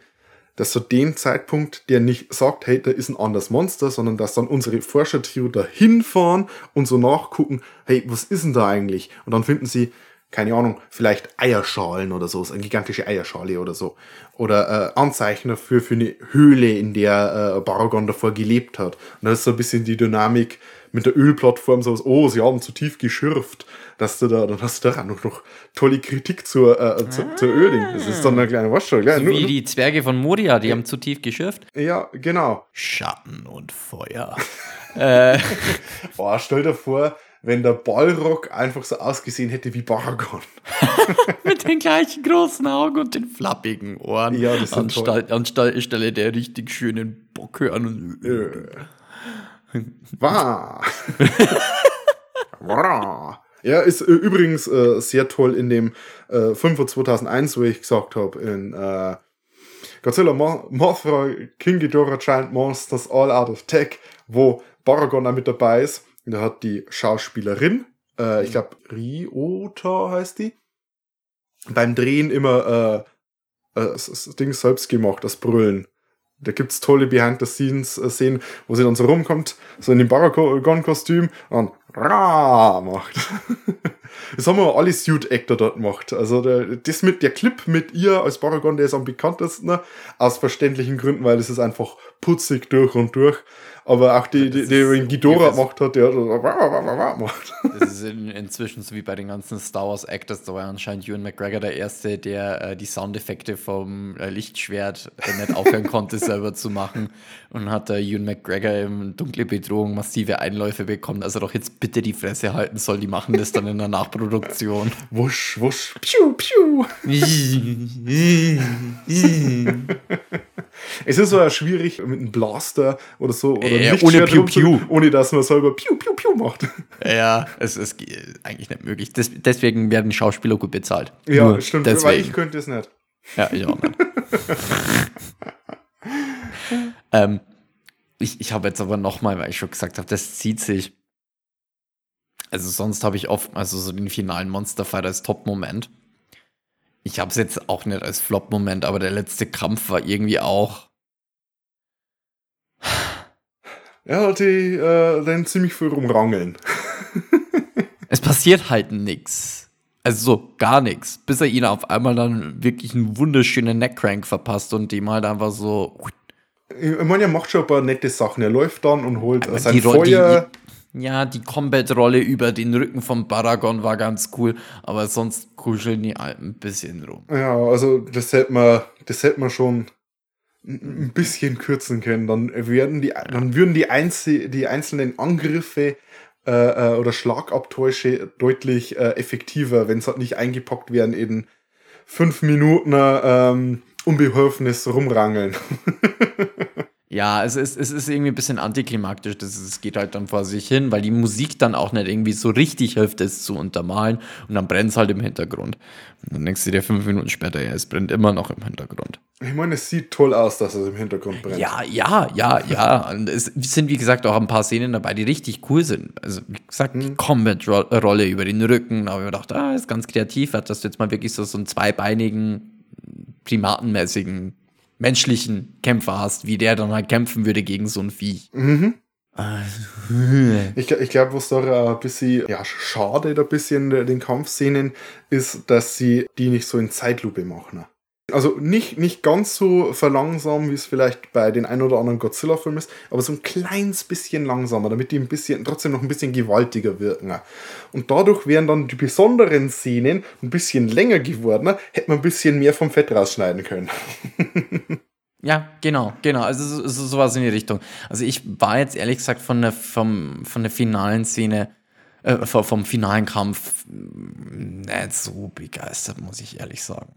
dass so den Zeitpunkt, der nicht sagt, hey, da ist ein anderes Monster, sondern dass dann unsere Forscher-Trio da hinfahren und so nachgucken, hey, was ist denn da eigentlich? Und dann finden sie, keine Ahnung, vielleicht Eierschalen oder so, eine gigantische Eierschale oder so. Oder Anzeichen dafür für eine Höhle, in der Baragon davor gelebt hat. Und das ist so ein bisschen die Dynamik mit der Ölplattform, so, oh, sie haben zu tief geschürft, dann hast du da noch tolle Kritik zur Ölding. Das ist dann eine kleine Waschschale. So wie die Zwerge von Moria, die haben zu tief geschürft. Ja, genau. Schatten und Feuer. Boah, stell dir vor, wenn der Balrog einfach so ausgesehen hätte wie Baragon. Mit den gleichen großen Augen und den flappigen Ohren. Ja, das ist toll. Anstelle der richtig schönen Bockhörner. Wah. Ja, ist übrigens sehr toll in dem Film von 2001, wo ich gesagt habe, in Godzilla, Mothra, King Ghidorah, Giant Monsters, All Out of Tech, wo Baragon auch mit dabei ist. Da hat die Schauspielerin, ich glaube Ryota heißt die, beim Drehen immer das Ding selbst gemacht, das Brüllen. Da gibt's tolle Behind-the-Scenes-Szenen, wo sie dann so rumkommt, so in dem Baragon-Kostüm und macht. Das haben wir alle Suit-Actor dort gemacht. Also der Clip mit ihr als Baragon, der ist am bekanntesten, aus verständlichen Gründen, weil es ist einfach putzig durch und durch. Aber auch die Ghidorah gemacht hat, der hat gemacht. Das ist inzwischen so wie bei den ganzen Star Wars Actors, da war anscheinend Ewan McGregor der Erste, der die Soundeffekte vom Lichtschwert nicht aufhören konnte, selber zu machen. Und hat Ewan McGregor im Dunkle Bedrohung massive Einläufe bekommen, also doch jetzt bitte die Fresse halten soll, die machen das dann in der Nachproduktion. Wusch, wusch, piu, piu. Es ist so schwierig mit einem Blaster oder so, oder ohne Piu Piu. Ohne dass man selber Piu Piu Piu macht. Ja, es ist eigentlich nicht möglich. Deswegen werden Schauspieler gut bezahlt. Ja, nur stimmt, deswegen. Weil ich könnte es nicht. Ja, ich auch nicht. Ich habe jetzt aber nochmal, weil ich schon gesagt habe, das zieht sich. Also sonst habe ich oft, also so den finalen Monsterfight als Top-Moment. Ich habe es jetzt auch nicht als Flop-Moment, aber der letzte Kampf war irgendwie auch. Ja, die dann ziemlich viel rumrangeln. Es passiert halt nix. Also so gar nichts. Bis er ihn auf einmal dann wirklich einen wunderschönen Neckcrank verpasst und ihm halt einfach so. Ich meine, er macht schon ein paar nette Sachen. Er läuft dann und holt sein Feuer. Die Combat-Rolle über den Rücken von Baragon war ganz cool, aber sonst kuscheln die Alpen ein bisschen rum. Ja, also das hätte man schon ein bisschen kürzen können. Dann würden die einzelnen Angriffe oder Schlagabtäusche deutlich effektiver, wenn es halt nicht eingepackt werden in 5 Minuten unbeholfenes Rumrangeln. Ja, es ist irgendwie ein bisschen antiklimaktisch, es geht halt dann vor sich hin, weil die Musik dann auch nicht irgendwie so richtig hilft, es zu untermalen und dann brennt es halt im Hintergrund. Und dann denkst du dir 5 Minuten später, ja, es brennt immer noch im Hintergrund. Ich meine, es sieht toll aus, dass es im Hintergrund brennt. Ja. Und es sind, wie gesagt, auch ein paar Szenen dabei, die richtig cool sind. Also, wie gesagt, die Combat-Rolle über den Rücken, da habe ich mir gedacht, ist ganz kreativ, dass du jetzt mal wirklich so einen zweibeinigen, primatenmäßigen menschlichen Kämpfer hast, wie der dann halt kämpfen würde gegen so ein Viech. Mhm. Ich glaube, was da ein bisschen schade ein bisschen den Kampfszenen ist, dass sie die nicht so in Zeitlupe machen. Also nicht ganz so verlangsamt, wie es vielleicht bei den ein oder anderen Godzilla-Filmen ist, aber so ein kleines bisschen langsamer, damit die trotzdem noch ein bisschen gewaltiger wirken. Und dadurch wären dann die besonderen Szenen ein bisschen länger geworden, hätte man ein bisschen mehr vom Fett rausschneiden können. Ja, genau. Also sowas in die Richtung. Also ich war jetzt ehrlich gesagt von der finalen Szene, vom finalen Kampf nicht so begeistert, muss ich ehrlich sagen.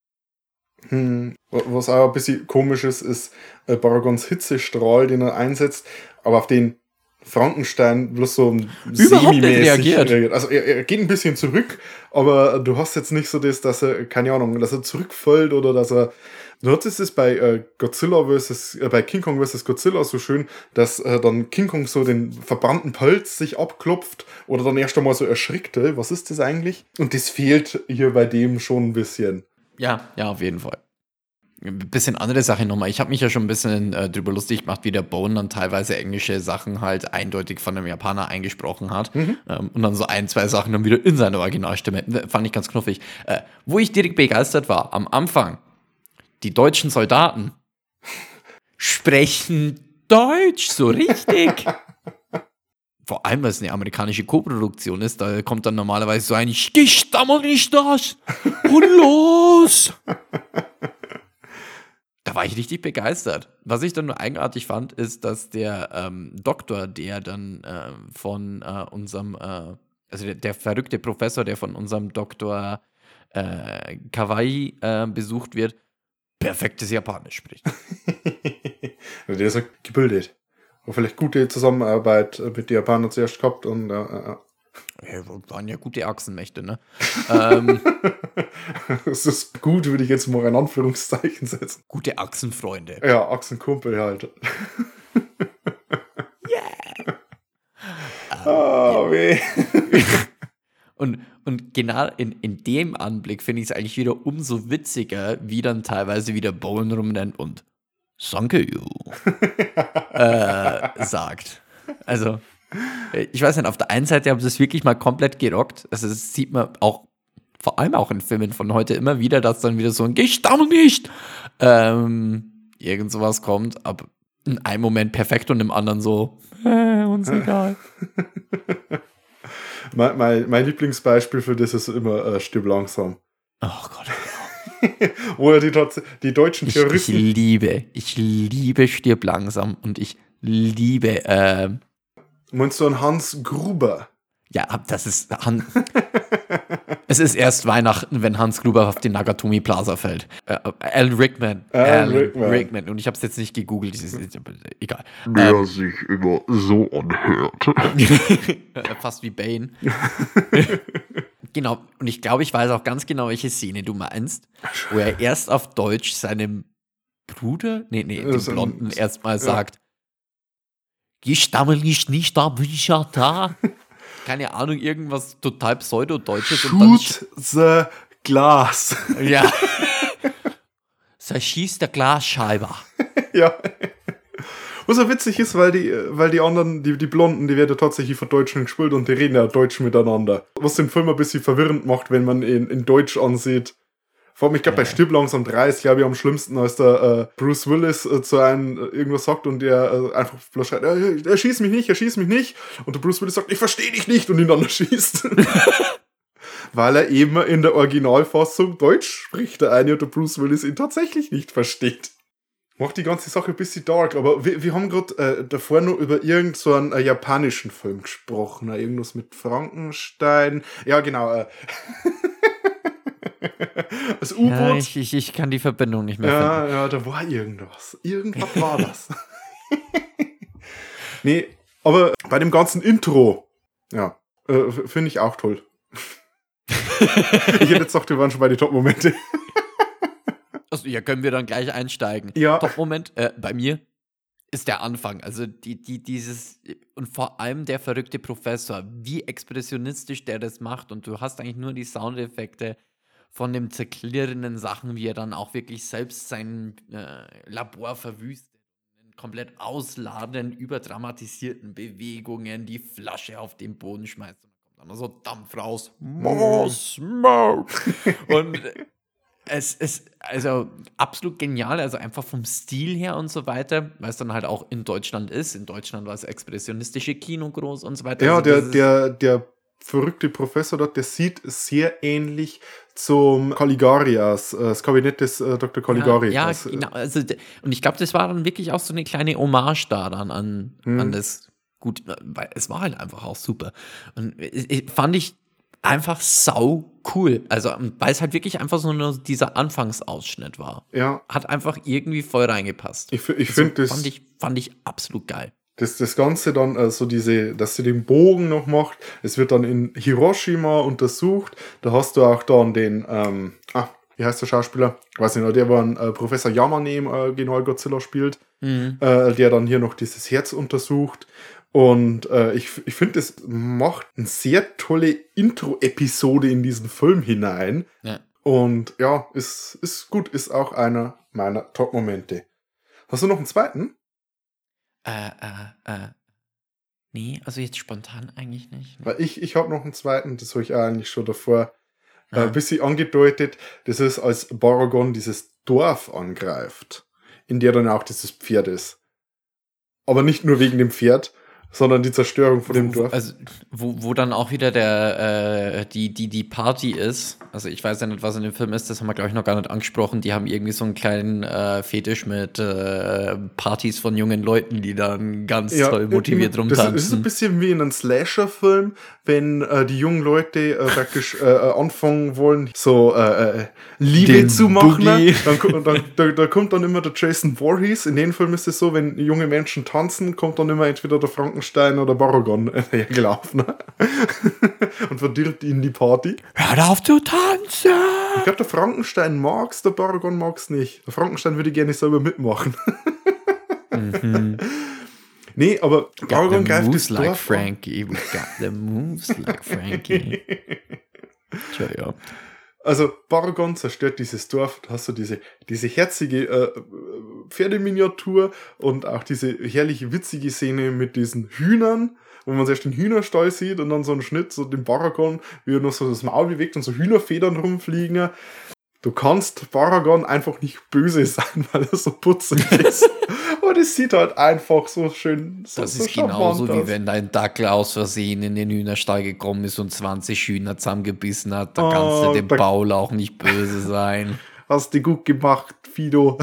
Was auch ein bisschen komisch ist Baragons Hitzestrahl, den er einsetzt, aber auf den Frankenstein bloß so semi-mäßig reagiert. Also er geht ein bisschen zurück, aber du hast jetzt nicht so das, dass er, keine Ahnung, dass er zurückfällt oder dass er. Du hattest es bei bei King Kong vs. Godzilla so schön, dass dann King Kong so den verbrannten Pelz sich abklopft oder dann erst einmal so erschrickte. Was ist das eigentlich? Und das fehlt hier bei dem schon ein bisschen. Ja, auf jeden Fall. Ein bisschen andere Sache nochmal. Ich habe mich ja schon ein bisschen drüber lustig gemacht, wie der Bone dann teilweise englische Sachen halt eindeutig von einem Japaner eingesprochen hat. Und dann so 1, 2 Sachen dann wieder in seiner Originalstimme. Fand ich ganz knuffig. Wo ich direkt begeistert war, am Anfang, die deutschen Soldaten sprechen Deutsch so richtig. Vor allem, weil es eine amerikanische Koproduktion ist, da kommt dann normalerweise so ein Ich stammel nicht das und los. Da war ich richtig begeistert. Was ich dann nur eigenartig fand, ist, dass der Doktor, der dann von unserem, also der verrückte Professor, der von unserem Dr. Kawaii besucht wird, perfektes Japanisch spricht. Also der ist ja gebildet. Oder vielleicht gute Zusammenarbeit mit den Japanern zuerst gehabt und Ja, waren ja gute Achsenmächte, ne? das ist gut, würde ich jetzt mal in Anführungszeichen setzen. Gute Achsenfreunde. Ja, Achsenkumpel halt. Oh, weh. Und genau in dem Anblick finde ich es eigentlich wieder umso witziger, wie dann teilweise wieder Bone rumrennt und Thank you sagt. Also, ich weiß nicht, auf der einen Seite haben sie es wirklich mal komplett gerockt. Also, das sieht man auch, vor allem auch in Filmen von heute immer wieder, dass dann wieder so ein Gestammel nicht irgend sowas kommt, aber in einem Moment perfekt und im anderen so, uns egal. Mein Lieblingsbeispiel für das ist immer Stirb langsam. Oh Gott. Oder die deutschen Terroristen. Ich liebe Stirb langsam und ich liebe Meinst du an Hans Gruber? ja, das ist es ist erst Weihnachten, wenn Hans Gruber auf den Nagatomi Plaza fällt. Alan Rickman. Und ich habe es jetzt nicht gegoogelt, egal. Der sich immer so anhört. Fast wie Bane. Genau, und ich glaube, ich weiß auch ganz genau, welche Szene du meinst, wo er erst auf Deutsch seinem Bruder, dem Blonden, erstmal sagt, ich stammel nicht, da bin ich ja da. Keine Ahnung, irgendwas total Pseudo-Deutsches. Shoot the glass. Ja. Zerschießt der Glasscheibe. Ja. Was auch witzig ist, weil die anderen, die Blonden, die werden tatsächlich von Deutschen gespielt und die reden ja Deutsch miteinander. Was den Film ein bisschen verwirrend macht, wenn man ihn in Deutsch ansieht. Vor allem, ich glaube, bei Stirb langsam 3 ist, glaube ich, am schlimmsten, als der Bruce Willis zu einem irgendwas sagt und der einfach bloß schreit, er schießt mich nicht. Und der Bruce Willis sagt, ich verstehe dich nicht und ihn dann erschießt. Weil er eben in der Originalfassung Deutsch spricht, der eine und der Bruce Willis ihn tatsächlich nicht versteht. Macht die ganze Sache ein bisschen dark, aber wir haben gerade davor nur über irgend so einen japanischen Film gesprochen, irgendwas mit Frankenstein. Ja, genau. Das U-Boot. Ja, ich kann die Verbindung nicht mehr finden. Ja, da war irgendwas. Irgendwas war das. Nee, aber bei dem ganzen Intro, ja, finde ich auch toll. Ich hätte jetzt gedacht, wir waren schon bei den Top-Momente. Also, ja, können wir dann gleich einsteigen. Ja. Top-Moment bei mir ist der Anfang. Also dieses, und vor allem der verrückte Professor, wie expressionistisch der das macht. Und du hast eigentlich nur die Soundeffekte von dem zerklirrenden Sachen, wie er dann auch wirklich selbst sein Labor verwüstet. Komplett ausladenden, überdramatisierten Bewegungen, die Flasche auf den Boden schmeißt. Und dann kommt dann so Dampf raus. More smoke! Und es ist also absolut genial, also einfach vom Stil her und so weiter, weil es dann halt auch in Deutschland ist. In Deutschland war das expressionistische Kino groß und so weiter. Ja, also der verrückte Professor dort, der sieht sehr ähnlich zum Caligarias, das Kabinett des Dr. Caligari. Ja, genau. Also, und ich glaube, das war dann wirklich auch so eine kleine Hommage daran an das gut, weil es war halt einfach auch super. Und fand ich einfach sau cool. Also, weil es halt wirklich einfach so nur dieser Anfangsausschnitt war. Ja. Hat einfach irgendwie voll reingepasst. Ich finde das. Fand ich absolut geil. Das Ganze dann, dass sie den Bogen noch macht. Es wird dann in Hiroshima untersucht. Da hast du auch dann den, wie heißt der Schauspieler? Ich weiß nicht, der war ein Professor Yamane im Original Godzilla spielt. Der dann hier noch dieses Herz untersucht. Und ich finde, das macht eine sehr tolle Intro-Episode in diesen Film hinein. Ja. Und ja, ist gut, ist auch einer meiner Top-Momente. Hast du noch einen zweiten? Nee, also jetzt spontan eigentlich nicht. Weil ich habe noch einen zweiten, das habe ich eigentlich schon davor ein bisschen angedeutet. Das ist, als Baragon dieses Dorf angreift, in der dann auch dieses Pferd ist. Aber nicht nur wegen dem Pferd, sondern die Zerstörung von dem Dorf. Also, wo dann auch wieder die Party ist. Also ich weiß ja nicht, was in dem Film ist, das haben wir, glaube ich, noch gar nicht angesprochen. Die haben irgendwie so einen kleinen Fetisch mit Partys von jungen Leuten, die dann ganz toll motiviert rumtanzen. Das ist ein bisschen wie in einem Slasher-Film, wenn die jungen Leute praktisch anfangen wollen, so Liebe Den zu machen. Boogie. Da kommt dann immer der Jason Voorhees. In dem Film ist es so, wenn junge Menschen tanzen, kommt dann immer entweder der Frankenstein oder Baragon hergelaufen und verdirbt ihnen die Party. Hör auf zu tanzen! Ich glaube, der Frankenstein mag's, der Baragon mag's nicht. Der Frankenstein würde gerne selber mitmachen. Nee, aber Baragon greift das like Dorf Frankie. We got the moves like Frankie. Tja, ja. Also Baragon zerstört dieses Dorf, da hast du diese herzige Pferdeminiatur und auch diese herrliche, witzige Szene mit diesen Hühnern, wo man erst den Hühnerstall sieht und dann so einen Schnitt, so den Baragon, wie er noch so das Maul bewegt und so Hühnerfedern rumfliegen. Du kannst Baragon einfach nicht böse sein, weil er so putzig ist. Und es sieht halt einfach so schön Das so ist genauso, charmant wie aus. wenn dein Dackel aus Versehen in den Hühnerstall gekommen ist und 20 Hühner zusammengebissen hat. Da kannst du dem da- Baulauch nicht böse sein. Hast du gut gemacht, Fido.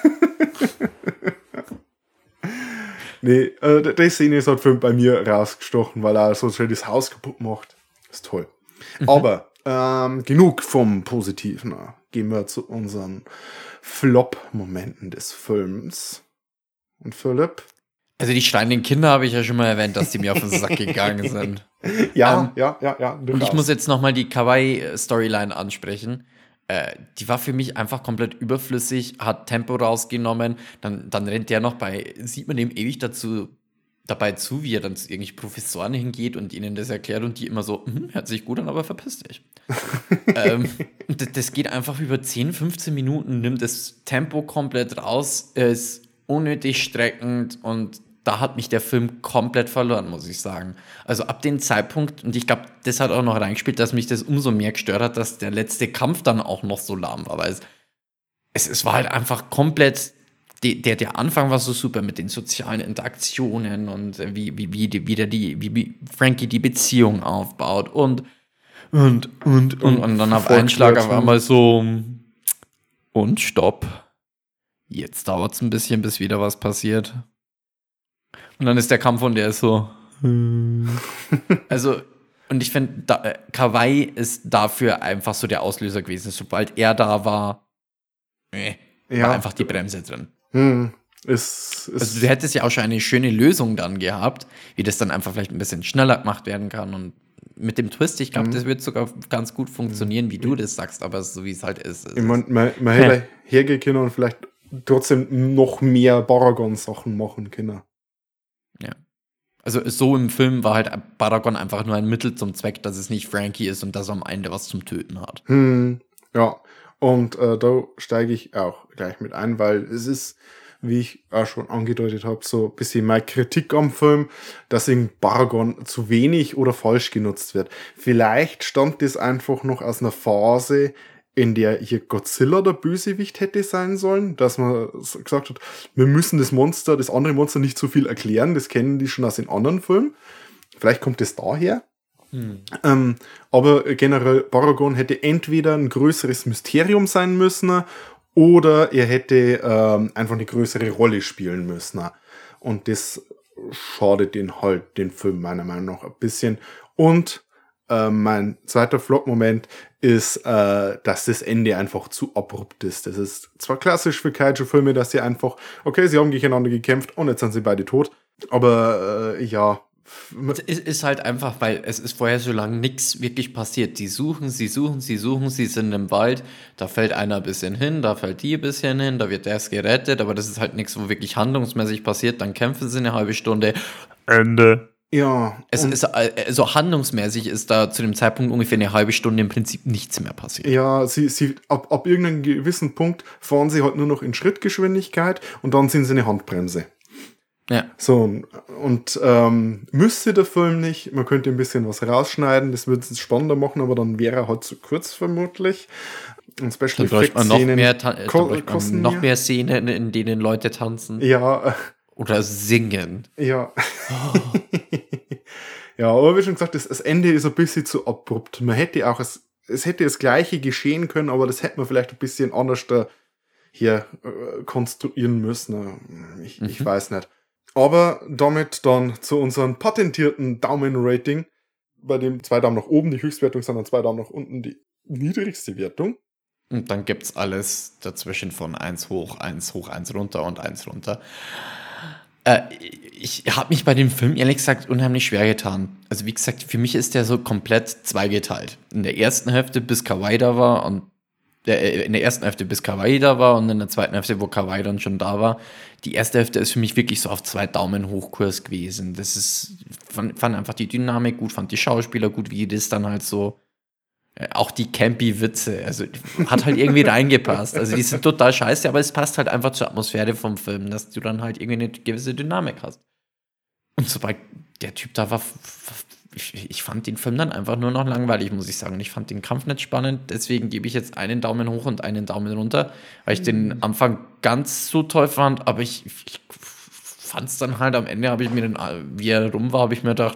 Nee, die Szene ist halt bei mir rausgestochen, weil er so schön das Haus kaputt macht. Ist toll. Aber genug vom Positiven. Gehen wir zu unseren Flop-Momenten des Films. Und Philipp? Also die schreienden Kinder habe ich ja schon mal erwähnt, dass die mir auf den Sack gegangen sind. Ja. Und ich muss jetzt nochmal die Kawaii-Storyline ansprechen. Die war für mich einfach komplett überflüssig, hat Tempo rausgenommen, dann rennt der noch sieht man dem ewig dabei zu, wie er dann zu irgendwelchen Professoren hingeht und ihnen das erklärt und die immer so, hört sich gut an, aber verpiss dich. Das geht einfach über 10, 15 Minuten, nimmt das Tempo komplett raus, ist unnötig streckend und da hat mich der Film komplett verloren, muss ich sagen. Also ab dem Zeitpunkt, und ich glaube, das hat auch noch reingespielt, dass mich das umso mehr gestört hat, dass der letzte Kampf dann auch noch so lahm war, weil es war halt einfach komplett, der Anfang war so super mit den sozialen Interaktionen und wie Frankie die Beziehung aufbaut und dann auf einen Schlag auf einmal so und stopp. Jetzt dauert es ein bisschen, bis wieder was passiert. Und dann ist der Kampf und der ist so. Also, und ich finde, Kawaii ist dafür einfach so der Auslöser gewesen. Sobald er da war, war einfach die Bremse drin. Also du hättest ja auch schon eine schöne Lösung dann gehabt, wie das dann einfach vielleicht ein bisschen schneller gemacht werden kann. Und mit dem Twist, ich glaube, das wird sogar ganz gut funktionieren, wie du das sagst, aber so wie es halt ist. Ich meine, man hätte hergehen können und vielleicht trotzdem noch mehr Baragon-Sachen machen können. Ja. Also so im Film war halt Baragon einfach nur ein Mittel zum Zweck, dass es nicht Frankie ist und dass er am Ende was zum Töten hat. Ja, und da steige ich auch gleich mit ein, weil es ist, wie ich auch schon angedeutet habe, so ein bisschen meine Kritik am Film, dass in Baragon zu wenig oder falsch genutzt wird. Vielleicht stammt das einfach noch aus einer Phase, in der hier Godzilla der Bösewicht hätte sein sollen, dass man gesagt hat, wir müssen das andere Monster nicht so viel erklären, das kennen die schon aus den anderen Filmen. Vielleicht kommt es daher. Aber generell, Baragon hätte entweder ein größeres Mysterium sein müssen oder er hätte einfach eine größere Rolle spielen müssen. Und das schadet den Film meiner Meinung nach ein bisschen. Und mein zweiter Flop-Moment ist, dass das Ende einfach zu abrupt ist. Das ist zwar klassisch für Kaiju-Filme, dass sie einfach, okay, sie haben gegeneinander gekämpft und jetzt sind sie beide tot. Aber Es ist halt einfach, weil es ist vorher so lange nichts wirklich passiert. Sie suchen, sie sind im Wald, da fällt einer ein bisschen hin, da fällt die ein bisschen hin, da wird erst gerettet, aber das ist halt nichts, wo wirklich handlungsmäßig passiert. Dann kämpfen sie eine halbe Stunde. Ende. Ja. Es ist, also handlungsmäßig ist da zu dem Zeitpunkt ungefähr eine halbe Stunde im Prinzip nichts mehr passiert. Ja, ab irgendeinem gewissen Punkt fahren sie halt nur noch in Schrittgeschwindigkeit und dann sind sie eine Handbremse. Ja. So, und müsste der Film nicht, man könnte ein bisschen was rausschneiden, das würde es spannender machen, aber dann wäre er halt zu kurz vermutlich. Und Special Effects Szenen noch mehr Szenen, in denen Leute tanzen. Ja. Oder singen. Ja. Oh. Ja, aber wie schon gesagt, das Ende ist ein bisschen zu abrupt. Man hätte auch, es hätte das Gleiche geschehen können, aber das hätte man vielleicht ein bisschen anders da hier konstruieren müssen. Ich weiß nicht. Aber damit dann zu unserem patentierten Daumen-Rating, bei dem 2 Daumen nach oben die Höchstwertung, sondern 2 Daumen nach unten die niedrigste Wertung. Und dann gibt's alles dazwischen von 1 hoch, 1 hoch, 1 runter und 1 runter. Ich habe mich bei dem Film ehrlich gesagt unheimlich schwer getan. Also wie gesagt, für mich ist der so komplett zweigeteilt. In der ersten Hälfte bis Kawaii da war und in der ersten Hälfte bis Kawaii da war und in der zweiten Hälfte, wo Kawaii dann schon da war. Die erste Hälfte ist für mich wirklich so auf 2 Daumen Hochkurs gewesen. Das ist, fand einfach die Dynamik gut, fand die Schauspieler gut, wie das dann halt so, auch die campy Witze, also hat halt irgendwie reingepasst. Also die sind total scheiße, aber es passt halt einfach zur Atmosphäre vom Film, dass du dann halt irgendwie eine gewisse Dynamik hast. Und sobald der Typ da war, ich fand den Film dann einfach nur noch langweilig, muss ich sagen. Und ich fand den Kampf nicht spannend, deswegen gebe ich jetzt einen Daumen hoch und einen Daumen runter, weil ich den Anfang ganz so toll fand, aber ich fand es dann halt am Ende, habe ich mir wie er rum war, habe ich mir gedacht,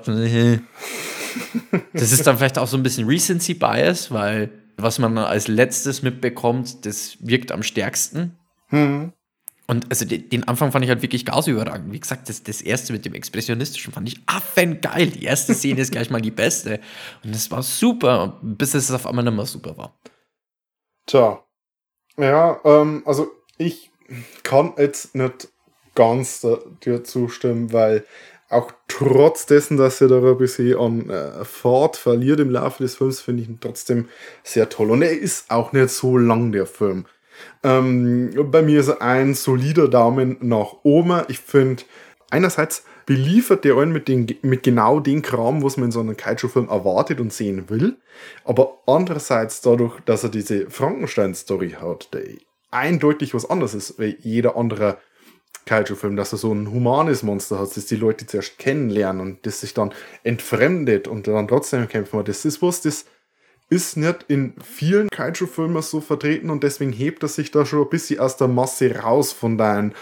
das ist dann vielleicht auch so ein bisschen Recency Bias, weil was man als letztes mitbekommt, das wirkt am stärksten. Und also den Anfang fand ich halt wirklich gar so überragend. Wie gesagt, das erste mit dem Expressionistischen fand ich affengeil. Die erste Szene ist gleich mal die beste. Und das war super, bis es auf einmal nicht mehr super war. Tja. Ja, also ich kann jetzt nicht ganz dir zustimmen, weil auch trotz dessen, dass er da ein bisschen an Fahrt verliert im Laufe des Films, finde ich ihn trotzdem sehr toll. Und er ist auch nicht so lang, der Film. Bei mir ist er ein solider Daumen nach oben. Ich finde, einerseits beliefert der einen mit genau dem Kram, was man in so einem Kaiju-Film erwartet und sehen will. Aber andererseits dadurch, dass er diese Frankenstein-Story hat, der eindeutig was anderes ist, wie jeder andere Kaiju-Film, dass er so ein humanes Monster hat, das die Leute zuerst kennenlernen und das sich dann entfremdet und dann trotzdem kämpfen. Das ist was, das ist nicht in vielen Kaiju-Filmen so vertreten und deswegen hebt er sich da schon ein bisschen aus der Masse raus von deinen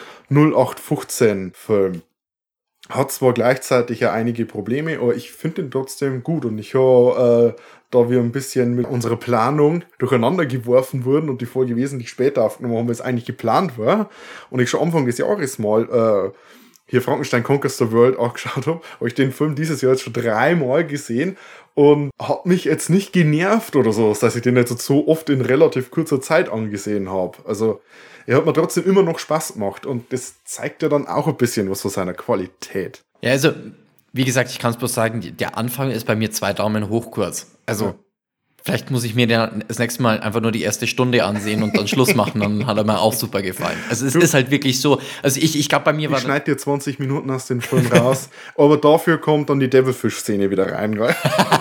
0815-Film. Hat zwar gleichzeitig ja einige Probleme, aber ich finde ihn trotzdem gut und ich habe, da wir ein bisschen mit unserer Planung durcheinander geworfen wurden und die Folge wesentlich später aufgenommen haben, als eigentlich geplant war und ich schon Anfang des Jahres mal hier Frankenstein Conquers the World angeschaut habe ich den Film dieses Jahr jetzt schon 3-mal gesehen und hat mich jetzt nicht genervt oder so, dass ich den jetzt so oft in relativ kurzer Zeit angesehen habe. Also er hat mir trotzdem immer noch Spaß gemacht und das zeigt ja dann auch ein bisschen was von seiner Qualität. Ja, also wie gesagt, ich kann es bloß sagen, der Anfang ist bei mir 2 Daumen hoch kurz. Also vielleicht muss ich mir das nächste Mal einfach nur die erste Stunde ansehen und dann Schluss machen, dann hat er mir auch super gefallen. Also es ist halt wirklich so, also ich glaube bei mir war... Ich schneide dir 20 Minuten aus dem Film raus, aber dafür kommt dann die Devilfish-Szene wieder rein, gell?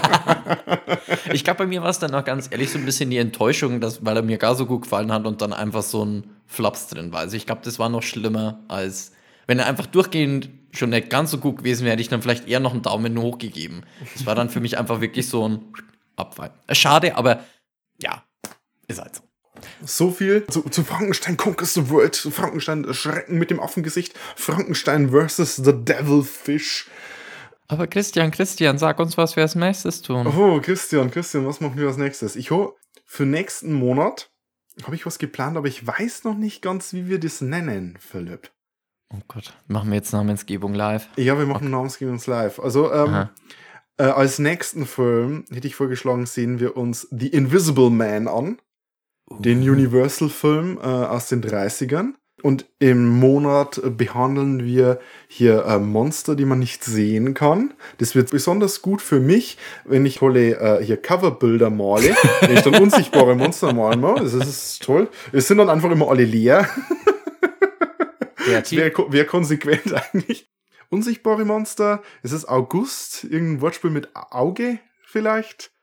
Ich glaube bei mir war es dann auch ganz ehrlich so ein bisschen die Enttäuschung, weil er mir gar so gut gefallen hat und dann einfach so ein Flops drin war. Also ich glaube, das war noch schlimmer, als wenn er einfach durchgehend schon nicht ganz so gut gewesen wäre, hätte ich dann vielleicht eher noch einen Daumen hoch gegeben. Das war dann für mich einfach wirklich so ein Abfall. Schade, aber ja, ist halt so. So viel zu Frankenstein Conquers the World, zu Frankenstein Schrecken mit dem Affengesicht, Frankenstein vs. The Devilfish. Aber Christian, sag uns, was wir als nächstes tun. Oh, Christian, was machen wir als nächstes? Für nächsten Monat habe ich was geplant, aber ich weiß noch nicht ganz, wie wir das nennen, Philipp. Oh Gott, machen wir jetzt Namensgebung live? Ja, wir machen Namensgebung live. Also, als nächsten Film hätte ich vorgeschlagen, sehen wir uns The Invisible Man an. Den Universal-Film aus den 30ern. Und im Monat behandeln wir hier Monster, die man nicht sehen kann. Das wird besonders gut für mich, wenn ich tolle hier Coverbilder male. Wenn ich dann unsichtbare Monster malen mache. Das ist toll. Es sind dann einfach immer alle leer. Wäre konsequent eigentlich. unsichtbare Monster. Es ist August, irgendein Wortspiel mit Auge vielleicht.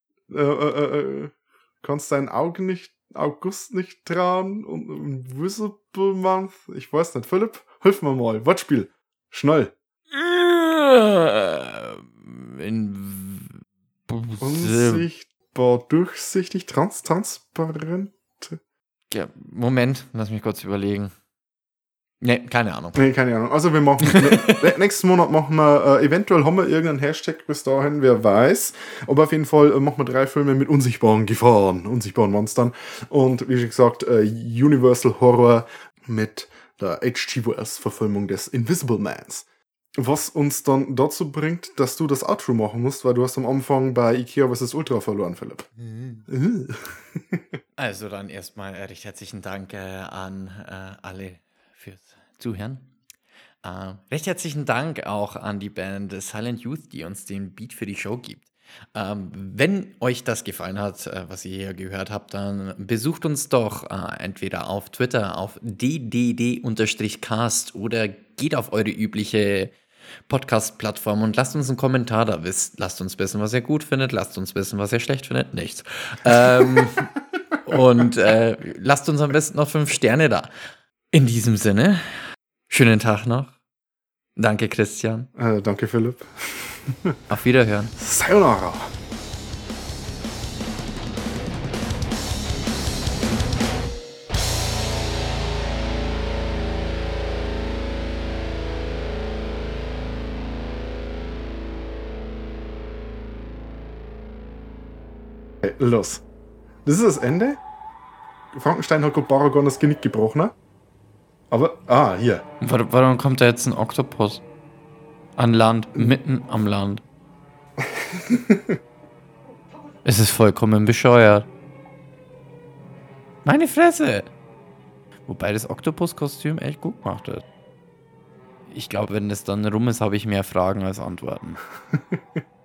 Kannst dein Auge nicht, August nicht trauen und Invisible Month. Ich weiß nicht, Philipp, hilf mir mal. Wortspiel. Schnell. Unsichtbar, durchsichtig, transparent. Ja, Moment, lass mich kurz überlegen. Nee, keine Ahnung. Also wir machen, nächsten Monat machen wir, eventuell haben wir irgendeinen Hashtag bis dahin, wer weiß. Aber auf jeden Fall machen wir 3 Filme mit unsichtbaren Gefahren, unsichtbaren Monstern. Und wie schon gesagt, Universal Horror mit der H.G. Wells-Verfilmung des Invisible Mans. Was uns dann dazu bringt, dass du das Outro machen musst, weil du hast am Anfang bei Ikea vs. Ultra verloren, Philipp. Also dann erstmal recht herzlichen Dank an alle fürs Zuhören. Recht herzlichen Dank auch an die Band Silent Youth, die uns den Beat für die Show gibt. Wenn euch das gefallen hat, was ihr hier gehört habt, dann besucht uns doch entweder auf Twitter auf ddd_cast oder geht auf eure übliche Podcast-Plattform und lasst uns einen Kommentar da. Lasst uns wissen, was ihr gut findet, lasst uns wissen, was ihr schlecht findet. Nichts. Und lasst uns am besten noch 5 Sterne da. In diesem Sinne, schönen Tag noch. Danke, Christian. Danke, Philipp. Auf Wiederhören. Sayonara. Okay, los. Das ist das Ende. Frankenstein hat gerade Baragon das Genick gebrochen. Ne? Aber, hier. Warum kommt da jetzt ein Oktopus? An Land, mitten am Land. Es ist vollkommen bescheuert. Meine Fresse! Wobei das Oktopus-Kostüm echt gut gemacht wird. Ich glaube, wenn das dann rum ist, habe ich mehr Fragen als Antworten.